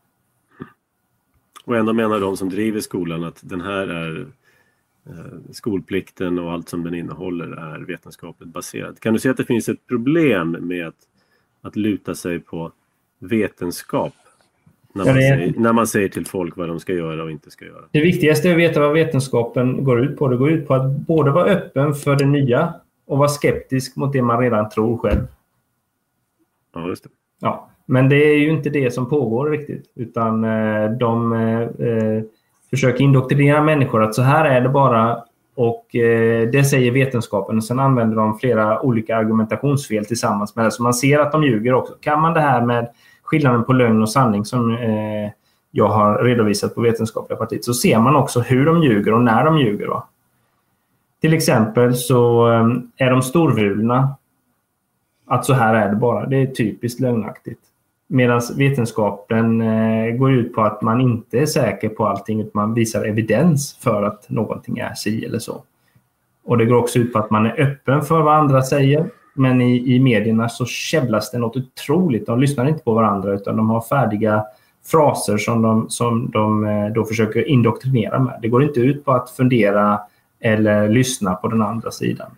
Och ändå menar de som driver skolan att den här är eh, skolplikten och allt som den innehåller är vetenskapligt baserat. Kan du se att det finns ett problem med att, att luta sig på vetenskap när man, ja, det... säger, när man säger till folk vad de ska göra och inte ska göra? Det viktigaste är att veta vad vetenskapen går ut på. Det går ut på att både vara öppen för det nya och vara skeptisk mot det man redan tror själv. Ja, just det. Ja. Men det är ju inte det som pågår riktigt, utan eh, de eh, försöker indoktrinera människor att så här är det bara, och eh, det säger vetenskapen, och sen använder de flera olika argumentationsfel tillsammans med det, så man ser att de ljuger också. Kan man det här med skillnaden på lögn och sanning som eh, jag har redovisat på Vetenskapliga partiet, så ser man också hur de ljuger och när de ljuger. Va? Till exempel så eh, är de storvulna att så här är det bara. Det är typiskt lögnaktigt. Medan vetenskapen eh, går ut på att man inte är säker på allting, utan man visar evidens för att någonting är si eller så. Och det går också ut på att man är öppen för vad andra säger, men i, i medierna så käbblas det något otroligt. De lyssnar inte på varandra, utan de har färdiga fraser som de, som de eh, då försöker indoktrinera med. Det går inte ut på att fundera eller lyssna på den andra sidan.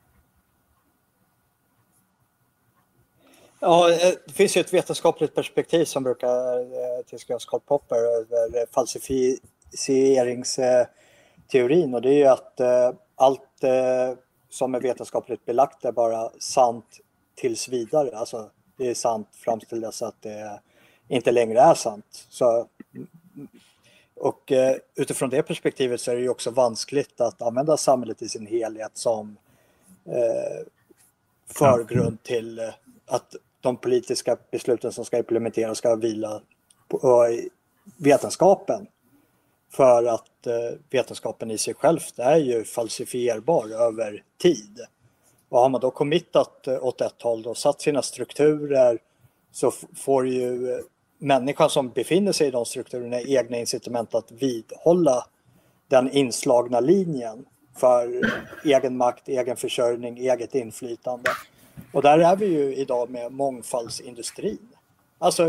Ja, det finns ju ett vetenskapligt perspektiv som brukar tillskrivas Karl Popper över falsifieringsteorin, och det är ju att allt som är vetenskapligt belagt är bara sant tills vidare. Alltså det är sant fram till dess att det inte längre är sant. Så, Och eh, utifrån det perspektivet så är det ju också vanskligt att använda samhället i sin helhet som eh, förgrund till eh, att de politiska besluten som ska implementeras ska vila på uh, vetenskapen. För att eh, vetenskapen i sig själv är ju falsifierbar över tid. Och har man då committat eh, åt ett håll och satt sina strukturer, så f- får ju eh, människan som befinner sig i de strukturerna egna incitament att vidhålla den inslagna linjen för egen makt, egen försörjning, eget inflytande. Och där är vi ju idag med mångfaldsindustrin. Alltså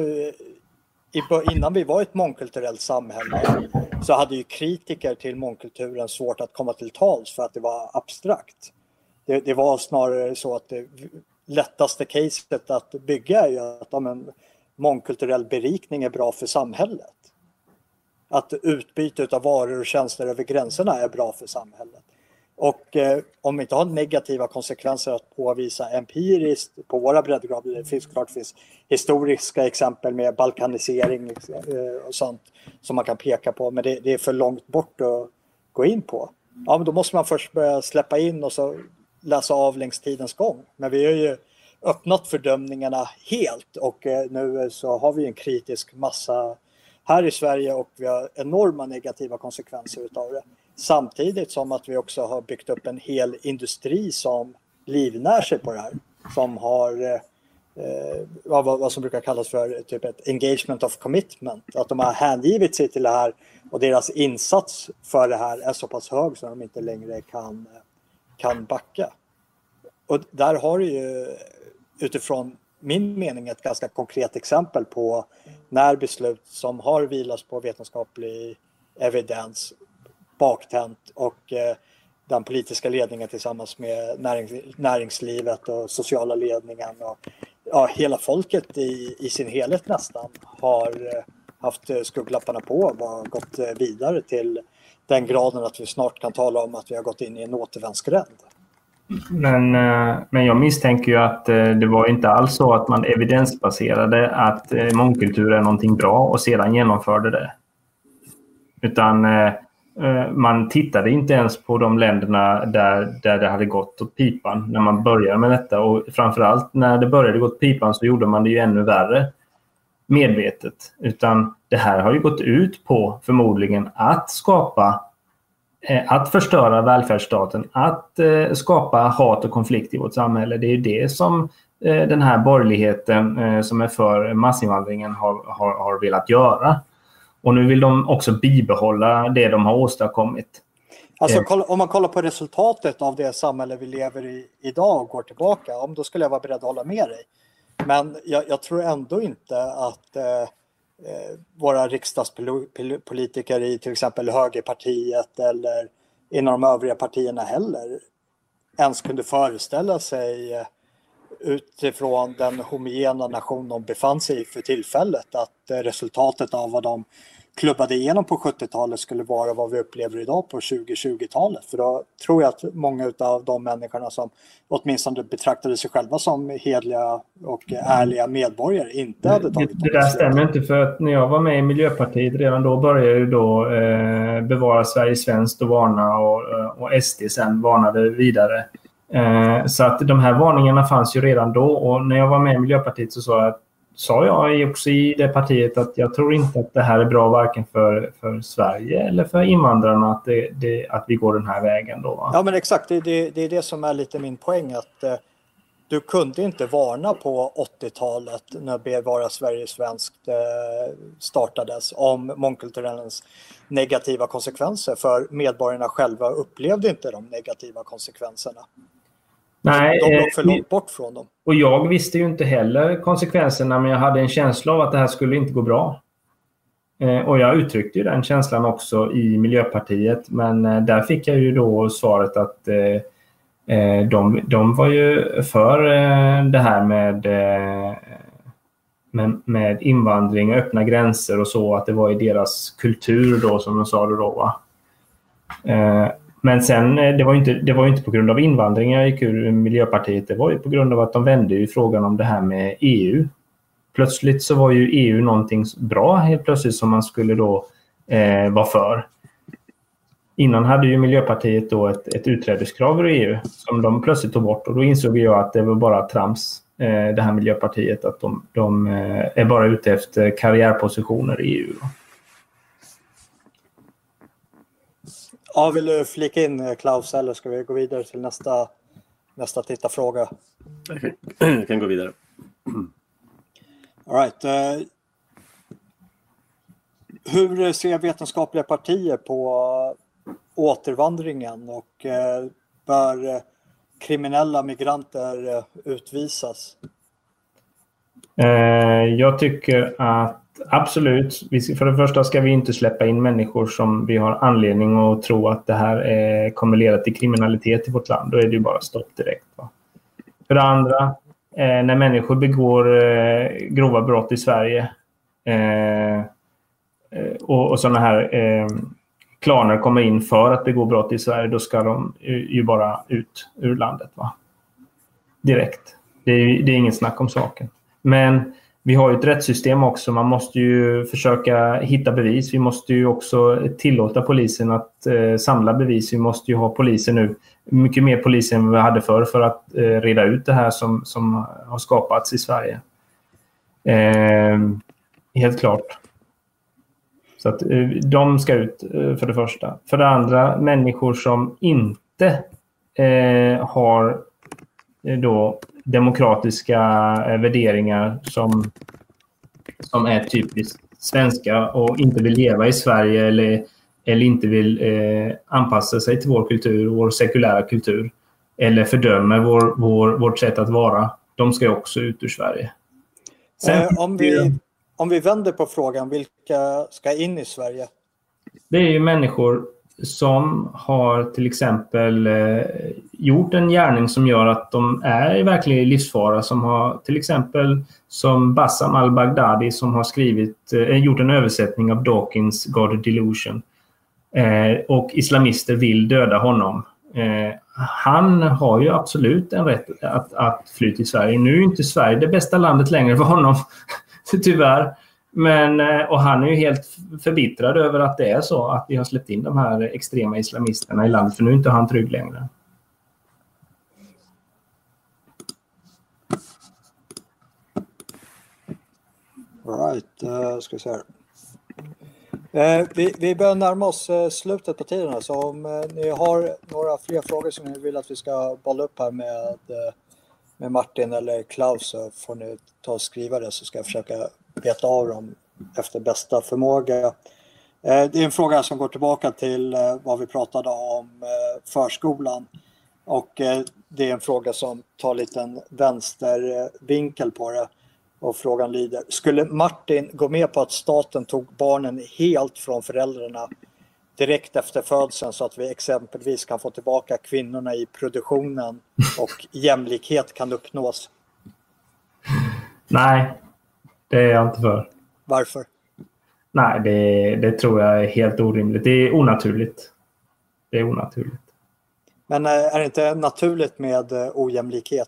innan vi var ett mångkulturellt samhälle så hade ju kritiker till mångkulturen svårt att komma till tals för att det var abstrakt. Det, det var snarare så att det lättaste caset att bygga är ju att om en mångkulturell berikning är bra för samhället. Att utbyte av varor och tjänster över gränserna är bra för samhället. Och eh, om vi inte har negativa konsekvenser att påvisa empiriskt på våra breddgrader, det finns klart finns historiska exempel med balkanisering eh, och sånt som man kan peka på, men det, det är för långt bort att gå in på. Ja, men då måste man först börja släppa in och så läsa av längs tidens gång. Men vi har ju öppnat fördömningarna helt och eh, nu så har vi en kritisk massa här i Sverige och vi har enorma negativa konsekvenser utav det. Samtidigt som att vi också har byggt upp en hel industri som livnär sig på det här. Som har eh, vad, vad som brukar kallas för typ ett engagement of commitment. Att de har hängivit sig till det här och deras insats för det här är så pass hög så de inte längre kan, kan backa. Och där har du ju utifrån min mening ett ganska konkret exempel på när beslut som har vilats på vetenskaplig evidens baktänt och eh, den politiska ledningen tillsammans med närings, näringslivet och sociala ledningen och ja, hela folket i, i sin helhet nästan har eh, haft skugglapparna på och gått eh, vidare till den graden att vi snart kan tala om att vi har gått in i en återvändsgränd. Men, men jag misstänker ju att det var inte alls så att man evidensbaserade att mångkultur är någonting bra och sedan genomförde det. Utan man tittade inte ens på de länderna där, där det hade gått åt pipan när man började med detta. Och framförallt när det började gå åt pipan så gjorde man det ju ännu värre medvetet. Utan det här har ju gått ut på förmodligen att skapa att förstöra välfärdsstaten, att eh, skapa hat och konflikt i vårt samhälle. Det är det som eh, den här borgerligheten eh, som är för massinvandringen har, har, har velat göra. Och nu vill de också bibehålla det de har åstadkommit. Alltså om man kollar på resultatet av det samhälle vi lever i idag och går tillbaka, om då skulle jag vara beredd att hålla med dig. Men jag, jag tror ändå inte att eh, Eh, våra riksdagspolitiker i till exempel högerpartiet eller inom de övriga partierna heller ens kunde föreställa sig eh, utifrån den homogena nation de befann sig i för tillfället att eh, resultatet av vad de klubbade igenom på sjuttiotalet skulle vara vad vi upplever idag på tjugohundratjugotalet. För då tror jag att många av de människorna som åtminstone betraktade sig själva som hedliga och ärliga medborgare inte hade tagit det. Det där stämmer inte, för att när jag var med i Miljöpartiet redan då började ju då eh, bevara Sverige svenskt och varna och, och S D sen varnade vidare. Eh, så att de här varningarna fanns ju redan då, och när jag var med i Miljöpartiet så sa jag sa jag också i det partiet att jag tror inte att det här är bra varken för, för Sverige eller för invandrarna att, det, det, att vi går den här vägen då. Va? Ja men exakt, det, det, det är det som är lite min poäng, att eh, du kunde inte varna på åttiotalet när Bevara Sverige svenskt eh, startades om mångkulturellens negativa konsekvenser, för medborgarna själva upplevde inte de negativa konsekvenserna. Nej, de låg för långt bort från dem. Och jag visste ju inte heller konsekvenserna, men jag hade en känsla av att det här skulle inte gå bra. Eh, och jag uttryckte ju den känslan också i Miljöpartiet, men eh, där fick jag ju då svaret att eh, de, de var ju för eh, det här med, eh, med, med invandring och öppna gränser och så, att det var i deras kultur då som de sa det då, va? Eh, Men sen, det var ju inte, det var inte på grund av invandring jag gick ur Miljöpartiet. Det var ju på grund av att de vände ju frågan om det här med E U. Plötsligt så var ju E U någonting bra helt plötsligt som man skulle då eh, var för. Innan hade ju Miljöpartiet då ett, ett utträdeskrav ur E U som de plötsligt tog bort. Och då insåg jag att det var bara trams, eh, det här Miljöpartiet. Att de, de eh, är bara ute efter karriärpositioner i E U. Ja, vill du flika in, Klaus, eller ska vi gå vidare till nästa, nästa tittarfråga? Jag kan gå vidare. All right. Uh, hur ser vetenskapliga partier på återvandringen och uh, bör kriminella migranter uh, utvisas? Uh, jag tycker att absolut, för det första ska vi inte släppa in människor som vi har anledning att tro att det här är, kommer leda till kriminalitet i vårt land. Då är det ju bara stopp direkt. Va? För det andra, eh, när människor begår eh, grova brott i Sverige eh, och, och sådana här eh, klaner kommer in för att begå brott i Sverige, då ska de ju bara ut ur landet. Va? Direkt. Det är, det är ingen snack om saken. Men vi har ju ett rättssystem också. Man måste ju försöka hitta bevis. Vi måste ju också tillåta polisen att eh, samla bevis. Vi måste ju ha poliser nu. Mycket mer poliser än vi hade förr för att eh, reda ut det här som, som har skapats i Sverige. Eh, helt klart. Så att eh, de ska ut eh, för det första. För det andra, människor som inte eh, har eh, då demokratiska eh, värderingar som, som är typiskt svenska och inte vill leva i Sverige eller, eller inte vill eh, anpassa sig till vår kultur, vår sekulära kultur, eller fördömer vår, vår, vårt sätt att vara. De ska också ut ur Sverige. Sen, eh, om, vi, om vi vänder på frågan, vilka ska in i Sverige? Det är ju människor som har till exempel eh, gjort en gärning som gör att de är i verklig livsfara, som har till exempel som Bassam al-Baghdadi som har skrivit, eh, gjort en översättning av Dawkins God Delusion eh, och islamister vill döda honom. Eh, han har ju absolut en rätt att, att fly till Sverige. Nu är inte Sverige det bästa landet längre för honom, tyvärr. Men, och han är ju helt förbittrad över att det är så att vi har släppt in de här extrema islamisterna i landet, för nu är inte han trygg längre. All right, uh, ska vi se här. Uh, vi, vi börjar närma oss uh, slutet på tiden, så om uh, ni har några fler frågor som ni vill att vi ska bolla upp här med, uh, med Martin eller Klaus, så får ni ta och skriva det, så ska jag försöka beta av dem efter bästa förmåga. Det är en fråga som går tillbaka till vad vi pratade om förskolan, och det är en fråga som tar lite en vänstervinkel på det, och frågan lyder: skulle Martin gå med på att staten tog barnen helt från föräldrarna direkt efter födseln, så att vi exempelvis kan få tillbaka kvinnorna i produktionen och jämlikhet kan uppnås? Nej. Det är jag inte för. Varför? Nej, det, det tror jag är helt orimligt. Det är onaturligt. Det är onaturligt. Men är det inte naturligt med ojämlikhet?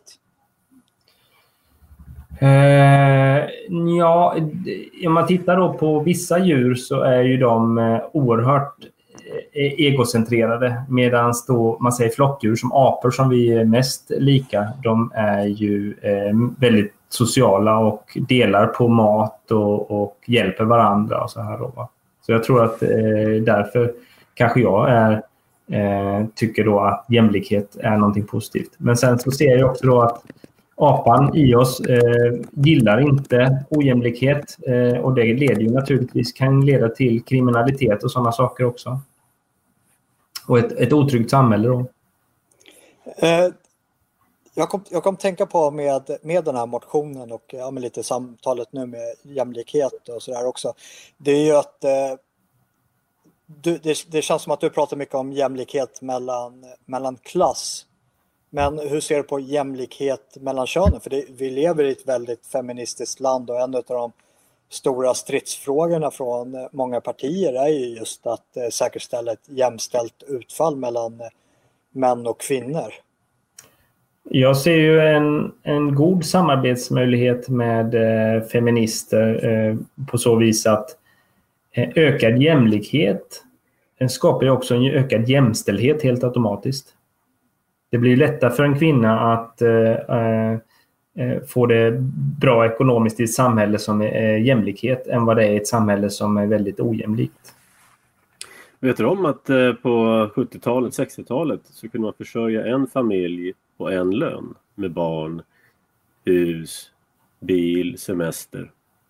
Eh, ja, om man tittar då på vissa djur så är ju de oerhört egocentrerade, medan då man säger flockdjur som apor som vi är mest lika, de är ju eh, väldigt sociala och delar på mat och, och hjälper varandra och så här då, va? Så jag tror att eh, därför kanske jag är eh, tycker då att jämlikhet är någonting positivt. Men sen så ser jag också då att apan i oss eh, gillar inte ojämlikhet, eh, och det leder ju naturligtvis kan leda till kriminalitet och sådana saker också. Och ett, ett otryggt samhälle då. Eh, jag, kom, jag kom tänka på med, med den här motionen och ja, med lite samtalet nu med jämlikhet och sådär också. Det är ju att eh, du, det, det känns som att du pratar mycket om jämlikhet mellan, mellan klass. Men hur ser du på jämlikhet mellan könen? För det, vi lever i ett väldigt feministiskt land, och en av de stora stridsfrågorna från många partier är ju just att eh, säkerställa ett jämställt utfall mellan eh, män och kvinnor. Jag ser ju en, en god samarbetsmöjlighet med eh, feminister eh, på så vis att Ökad jämlikhet skapar ju också en ökad jämställdhet helt automatiskt. Det blir lättare för en kvinna att äh, få det bra ekonomiskt i ett samhälle som är jämlikhet än vad det är i ett samhälle som är väldigt ojämlikt. Vet du om att på sjuttiotalet, sextiotalet så kunde man försörja en familj på en lön med barn, hus, bil, semester.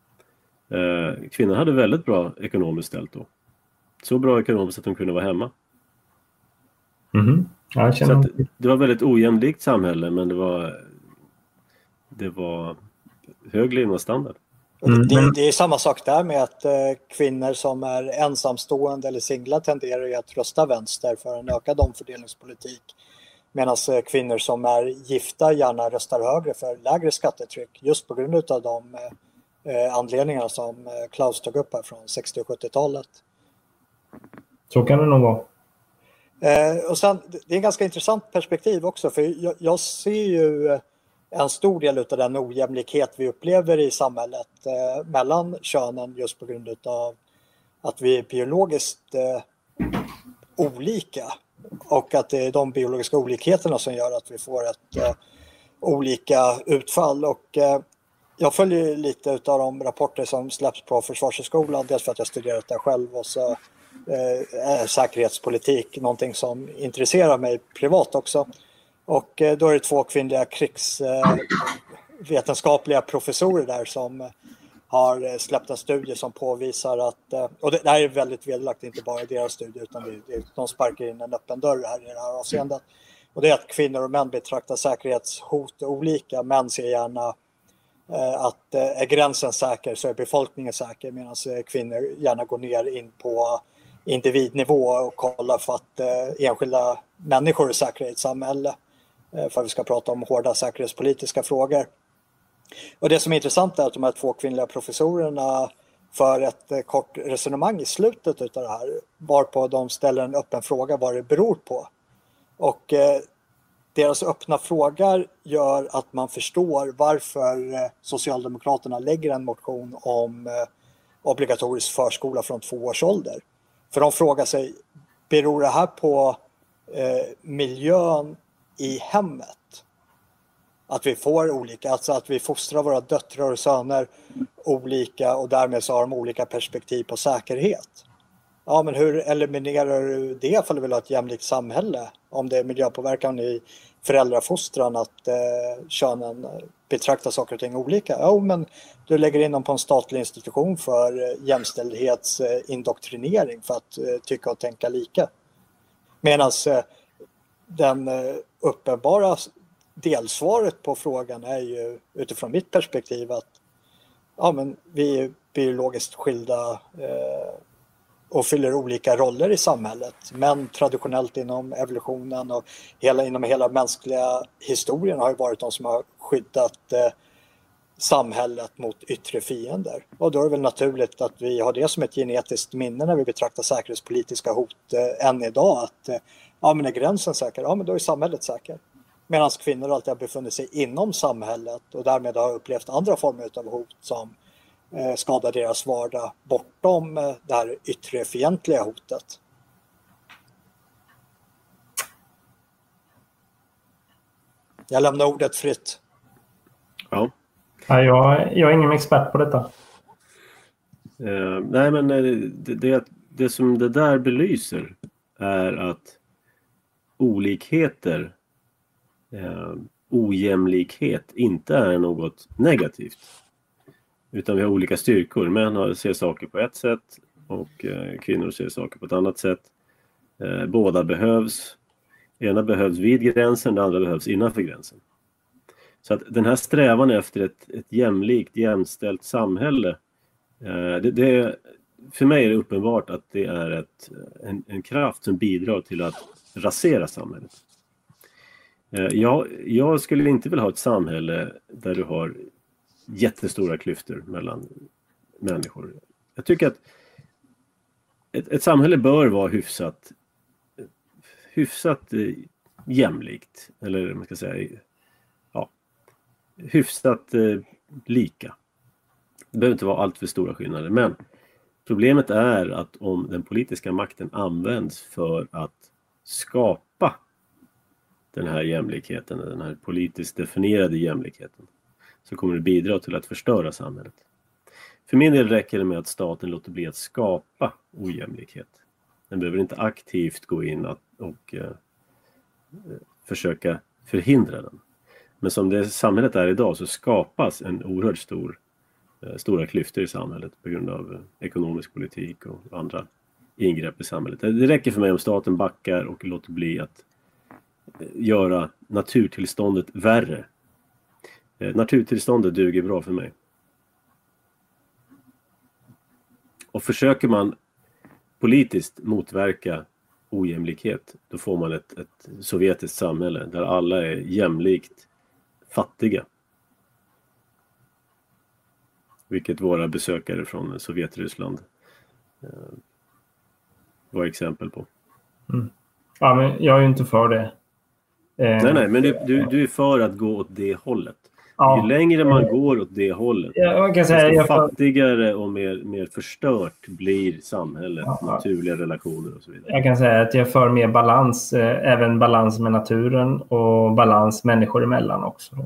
Kvinnor hade väldigt bra ekonomiskt ställt då. Så bra ekonomiskt att de kunde vara hemma. Mm-hmm. Ja, jag känner... Så att det var väldigt ojämlikt samhälle, men det var det var hög levnadsstandard. Mm. Det, det är samma sak där med att eh, kvinnor som är ensamstående eller singla tenderar ju att rösta vänster för en ökad omfördelningspolitik. Medan eh, kvinnor som är gifta gärna röstar högre för lägre skattetryck just på grund av de eh, anledningarna som eh, Klaus tog upp här från sextio- och sjuttiotalet. Så kan det nog vara. Eh, och sen, det är en ganska intressant perspektiv också, för jag, jag ser ju en stor del av den ojämlikhet vi upplever i samhället eh, mellan könen just på grund av att vi är biologiskt eh, olika, och att det är de biologiska olikheterna som gör att vi får ett eh, olika utfall. Och eh, jag följer lite av de rapporter som släpps på Försvarshögskolan, dels för att jag studerat där själv, och så eh, säkerhetspolitik, någonting som intresserar mig privat också. Och eh, då är det två kvinnliga krigsvetenskapliga eh, professorer där som har eh, släppt en studie som påvisar att, eh, och det, det här är väldigt vederlagt, inte bara i deras studie, utan det, det, de sparkar in en öppen dörr här i det här avseendet. Och det är att kvinnor och män betraktar säkerhetshot olika. Män ser gärna eh, att eh, är gränsen säker så är befolkningen säker, medan eh, kvinnor gärna går ner in på individnivå och kollar för att eh, enskilda människor är säkra i ett samhälle. För att vi ska prata om hårda säkerhetspolitiska frågor. Och det som är intressant är att de här två kvinnliga professorerna för ett kort resonemang i slutet av det här, varpå de ställer en öppen fråga vad det beror på. Och eh, deras öppna frågor gör att man förstår varför eh, Socialdemokraterna lägger en motion om eh, obligatorisk förskola från två års ålder. För de frågar sig, beror det här på eh, miljön i hemmet? Att vi får olika, alltså att vi fostrar våra döttrar och söner olika, och därmed så har de olika perspektiv på säkerhet. Ja, men hur eliminerar du det för att du vill ha ett jämlikt samhälle? Om det är miljöpåverkan i föräldrafostran, att eh, könen betraktar saker och ting olika. Ja, men du lägger in dem på en statlig institution för eh, jämställdhetsindoktrinering för att eh, tycka och tänka lika. Medan eh, den eh, uppenbara delsvaret på frågan är ju utifrån mitt perspektiv att ja, men vi är biologiskt skilda eh, och fyller olika roller i samhället. Men traditionellt inom evolutionen och hela, inom hela mänskliga historien har ju varit de som har skyddat eh, samhället mot yttre fiender. Och då är det väl naturligt att vi har det som ett genetiskt minne när vi betraktar säkerhetspolitiska hot eh, än idag. Att eh, ja, men är gränsen säker? Ja, men då är samhället säker. Medan kvinnor alltid har befunnit sig inom samhället och därmed har upplevt andra former av hot som eh, skadar deras vardag bortom eh, det här yttre fientliga hotet. Jag lämnar ordet fritt. Ja. Ja, jag, jag är ingen expert på detta. Uh, nej, men det, det, det som det där belyser är att olikheter, uh, ojämlikhet inte är något negativt. Utan vi har olika styrkor. Män ser saker på ett sätt och uh, kvinnor ser saker på ett annat sätt. Uh, båda behövs. Ena behövs vid gränsen, det andra behövs innanför gränsen. Så att den här strävan efter ett, ett jämlikt, jämställt samhälle, eh, det, det, för mig är det uppenbart att det är ett, en, en kraft som bidrar till att rasera samhället. Eh, jag, jag skulle inte vilja ha ett samhälle där du har jättestora klyftor mellan människor. Jag tycker att ett, ett samhälle bör vara hyfsat, hyfsat eh, jämlikt, eller man ska säga hyfsat eh, lika. Det behöver inte vara allt för stora skillnader. Men Problemet är att om den politiska makten används för att skapa den här jämlikheten, den här politiskt definierade jämlikheten, så kommer det bidra till att förstöra samhället. För min del räcker det med att staten låter bli att skapa ojämlikhet. Den behöver inte aktivt gå in och, och eh, försöka förhindra den. Men som det samhället är idag så skapas en oerhört stor, eh, stora klyftor i samhället på grund av eh, ekonomisk politik och andra ingrepp i samhället. Det räcker för mig om staten backar och låter bli att eh, göra naturtillståndet värre. Eh, naturtillståndet duger bra för mig. Och försöker man politiskt motverka ojämlikhet, då får man ett, ett sovjetiskt samhälle där alla är jämlikt fattiga. Vilket våra besökare från Sovjetryssland eh, var exempel på. Mm. Ja, men jag är ju inte för det. Eh, nej, nej, men du, du, du är för att gå åt det hållet. Ja. Ju längre man går åt det hållet, jag kan säga, desto fattigare och mer, mer förstört blir samhället, ja. Naturliga relationer och så vidare. Jag kan säga att jag är för mer balans, eh, även balans med naturen och balans människor emellan också.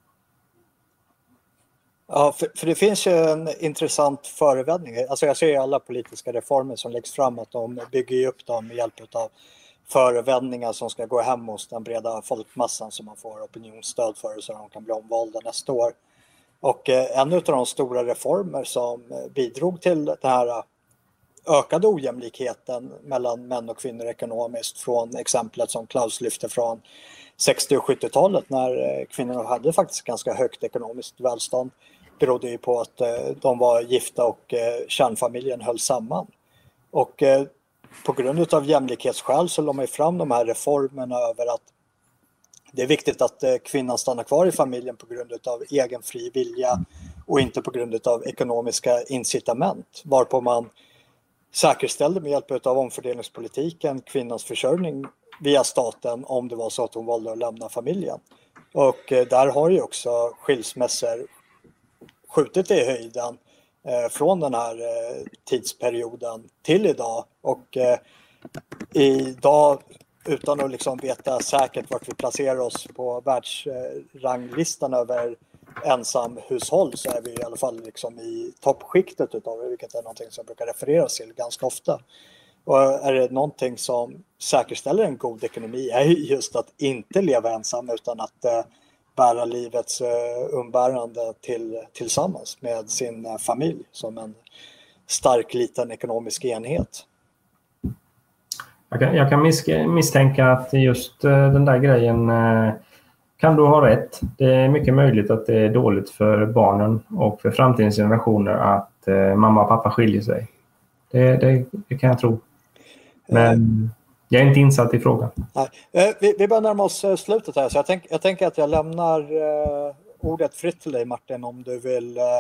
Ja, för, för det finns ju en intressant förevändning. Alltså jag ser alla politiska reformer som läggs fram att de bygger upp dem med hjälp av förevändningar som ska gå hem hos den breda folkmassan som man får opinionsstöd för så att de kan bli omvalda nästa år. Och eh, en av de stora reformer som bidrog till den här ökade ojämlikheten mellan män och kvinnor ekonomiskt, från exemplet som Klaus lyfte från sextio- och sjuttiotalet när kvinnorna hade faktiskt ganska högt ekonomiskt välstånd, berodde ju på att eh, de var gifta och eh, kärnfamiljen höll samman. Och eh, på grund av jämlikhetsskäl så lade man fram de här reformerna över att det är viktigt att kvinnan stannar kvar i familjen på grund av egen fri vilja och inte på grund av ekonomiska incitament. Varpå man säkerställde med hjälp av omfördelningspolitiken kvinnans försörjning via staten om det var så att hon valde att lämna familjen. Och där har ju också skilsmässor skjutit i höjden från den här tidsperioden till idag. Och eh, idag, utan att liksom veta säkert vart vi placerar oss på världsranglistan över ensamhushåll, så är vi i alla fall liksom i toppskiktet utav det, vilket är någonting som brukar refereras till ganska ofta. Och är det någonting som säkerställer en god ekonomi är just att inte leva ensam utan att eh, bära livets uh, umbärande till, tillsammans med sin uh, familj som en stark liten ekonomisk enhet. Jag kan, jag kan mis- misstänka att just uh, den där grejen uh, kan du ha rätt. Det är mycket möjligt att det är dåligt för barnen och för framtidens generationer att uh, mamma och pappa skiljer sig. Det, det, det kan jag tro. Men uh. jag är inte insatt i frågan. Nej. Vi, vi börjar närma oss slutet här, så jag, tänk, jag tänker att jag lämnar eh, ordet fritt till dig, Martin, om du vill. Eh,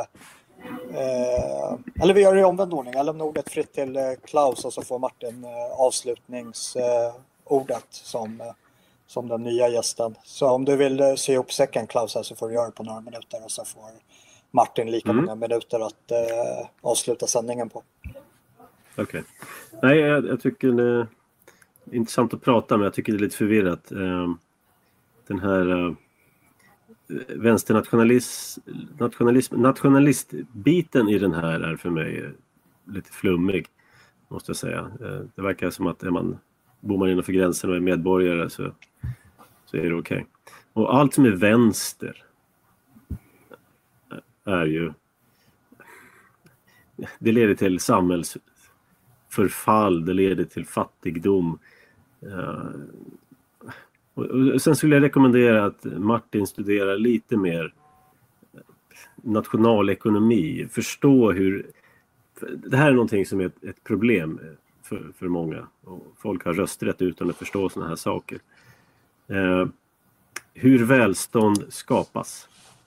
eller vi gör det i omvänd ordning. Jag lämnar ordet fritt till eh, Klaus och så får Martin eh, avslutningsordet eh, som, eh, som den nya gästen. Så om du vill eh, se ihop säcken, Klaus, här, så får du göra det på några minuter och så får Martin lika mm. många minuter att eh, avsluta sändningen på. Okej. Okay. Nej, jag, jag tycker det intressant att prata, men jag tycker det är lite förvirrat. Den här vänsternationalism, nationalism, nationalistbiten i den här är för mig lite flummig, måste jag säga. Det verkar som att är man, bor man innanför gränsen och är medborgare så, så är det okej. Okay. Och allt som är vänster är ju, det leder till samhällsförfall, det leder till fattigdom. Uh, och, och sen skulle jag rekommendera att Martin studerar lite mer nationalekonomi, förstå hur det här är någonting som är ett, ett problem för, för många, och folk har rösträtt utan att förstå såna här saker. Uh, hur välstånd skapas.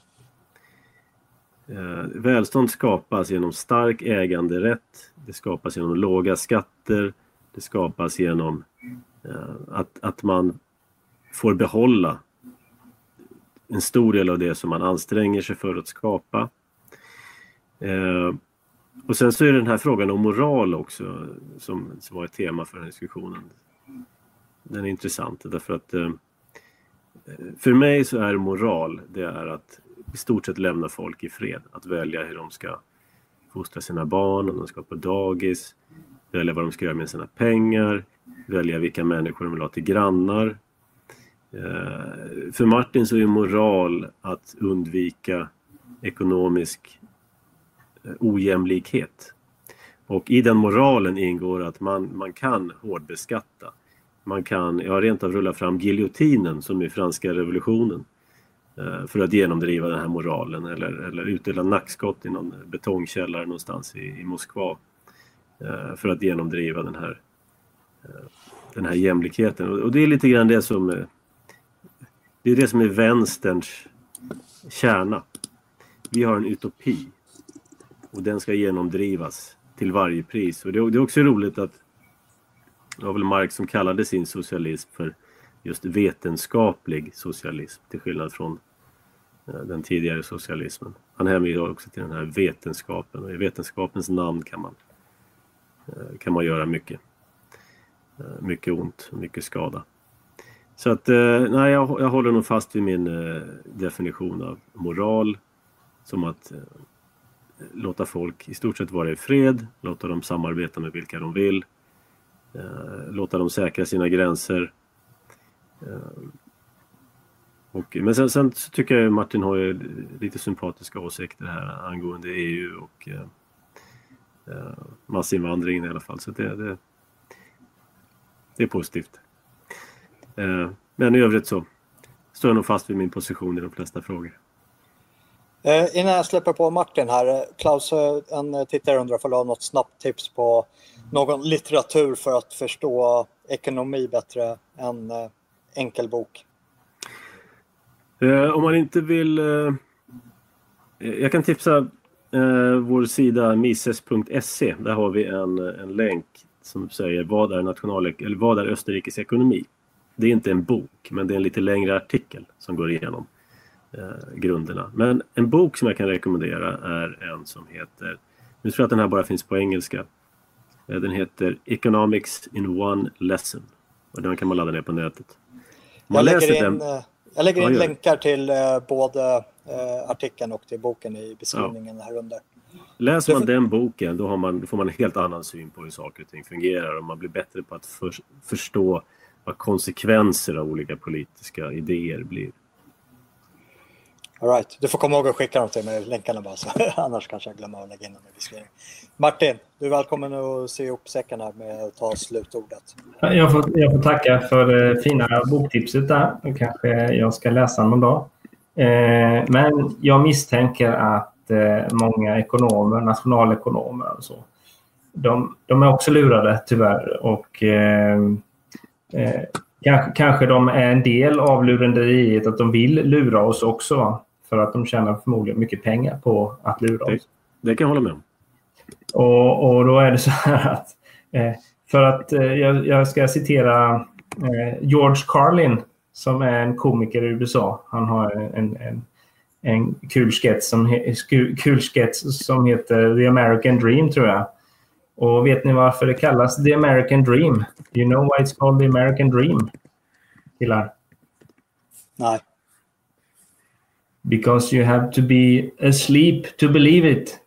Uh, välstånd skapas genom stark äganderätt, det skapas genom låga skatter, det skapas genom Att, att man får behålla en stor del av det som man anstränger sig för att skapa. Eh, och sen så är det den här frågan om moral också som, som var ett tema för den här diskussionen. Den är intressant därför att eh, för mig så är moral, det är att i stort sett lämna folk i fred. Att välja hur de ska fostra sina barn, om de ska på dagis, välja vad de ska göra med sina pengar, välja vilka människor de vill ha till grannar. Eh, för Martin så är moral att undvika ekonomisk eh, ojämlikhet. Och i den moralen ingår att man, man kan hårdbeskatta. Man kan, ja, rent av rulla fram giljotinen som i franska revolutionen eh, för att genomdriva den här moralen eller, eller utdela nackskott i någon betongkällare någonstans i, i Moskva eh, för att genomdriva den här, eh, den här jämlikheten. Och, och det är lite grann det som eh, det är det som är vänsterns kärna. Vi har en utopi och den ska genomdrivas till varje pris. Och det, det är också roligt att det var väl Marx som kallade sin socialism för just vetenskaplig socialism till skillnad från den tidigare socialismen. Han hänvisar också till den här vetenskapen och i vetenskapens namn kan man, kan man göra mycket. Mycket ont och mycket skada. Så att nej, jag, jag håller nog fast vid min definition av moral som att låta folk i stort sett vara i fred, låta dem samarbeta med vilka de vill. Låta dem säkra sina gränser. Och, men sen, sen tycker jag Martin har ju lite sympatiska åsikter här angående E U och eh, massinvandringen i alla fall. Så det, det, det är positivt. Eh, men i övrigt så står jag nog fast vid min position i de flesta frågor. Eh, innan jag släpper på Martin här, Klaus, en tittare undrar för att ha något snabbt tips på någon litteratur för att förstå ekonomi bättre än eh, enkel bok. Eh, om man inte vill... Eh, jag kan tipsa eh, vår sida mises punkt se. Där har vi en, en länk som säger vad är, national, eller vad är Österrikes ekonomi. Det är inte en bok, men det är en lite längre artikel som går igenom eh, grunderna. Men en bok som jag kan rekommendera är en som heter... Nu tror jag att den här bara finns på engelska. Den heter Economics in One Lesson. Och den kan man ladda ner på nätet. Man jag lägger läser in, den... jag lägger in ja, länkar till uh, både uh, artikeln och till boken i beskrivningen ja. här under. Läser man den boken då, har man, då får man en helt annan syn på hur saker och ting fungerar. Och man blir bättre på att för, förstå vad konsekvenser av olika politiska idéer blir. All right. Du får komma ihåg att skicka dem till mig, länkarna bara, så annars kanske jag glömmer att lägga in dem i beskrivningen. Martin, du är välkommen att se upp säcken här med att ta slutordet. Jag får, jag får tacka för det fina boktipset där. Och kanske jag ska läsa någon dag. Eh, men jag misstänker att eh, många ekonomer, nationalekonomer och så, de, de är också lurade tyvärr. Och eh, eh, kanske, kanske de är en del av lurenderiet att de vill lura oss också. För att de tjänar förmodligen mycket pengar på att lura oss. Det, det kan jag hålla med om. Och, och då är det så här att eh, för att eh, jag, jag ska citera eh, George Carlin som är en komiker i U S A. Han har en, en, en kul sketch som, kul sketch som heter The American Dream, tror jag. Och vet ni varför det kallas The American Dream? You know why it's called The American Dream? Killar? Nej. Because you have to be asleep to believe it.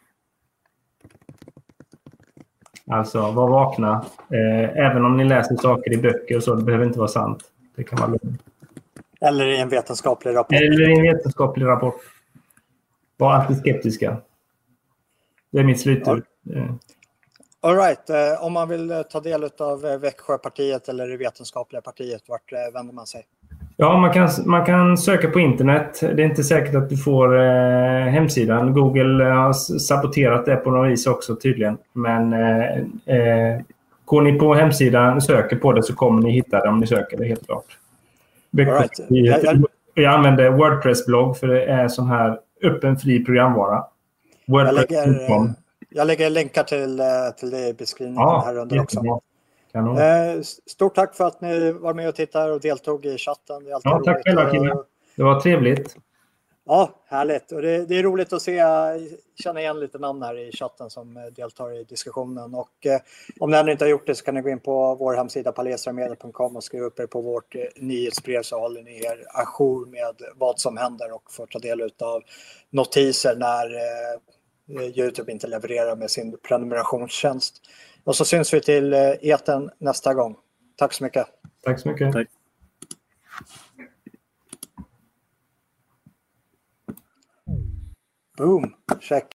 Alltså, var vakna. Eh, även om ni läser saker i böcker och så, det behöver inte vara sant. Det kan vara lugnt. Eller i en vetenskaplig rapport. Eller i en vetenskaplig rapport. Var alltid skeptiska. Det är mitt slutord. Ja. All right. Eh, om man vill ta del av Växjöpartiet eller det vetenskapliga partiet, vart eh, vänder man sig? Ja, man kan, man kan söka på internet. Det är inte säkert att du får eh, hemsidan. Google har saboterat det på något vis också tydligen. Men eh, eh, går ni på hemsidan och söker på det så kommer ni hitta det om ni söker det, helt klart. Right. Jag, jag, jag använder WordPress-blogg för det är sån här öppen fri programvara. Jag lägger, jag lägger länkar till, till det i beskrivningen ja, här under också. Eh, stort tack för att ni var med och tittade och deltog i chatten. Det är alltid ja, tack själva, killar. Det var trevligt. Ja, härligt. Och det, det är roligt att se, känna igen lite namn här i chatten som deltar i diskussionen. Och eh, om ni ännu inte har gjort det så kan ni gå in på vår hemsida palestramedia punkt com och skriva upp er på vårt eh, nyhetsbrev, så håller ni er ajour med vad som händer och får ta del av notiser när eh, YouTube inte levererar med sin prenumerationstjänst. Och så syns vi till eh, eten nästa gång. Tack så mycket. Tack så mycket. Tack. Boom, check.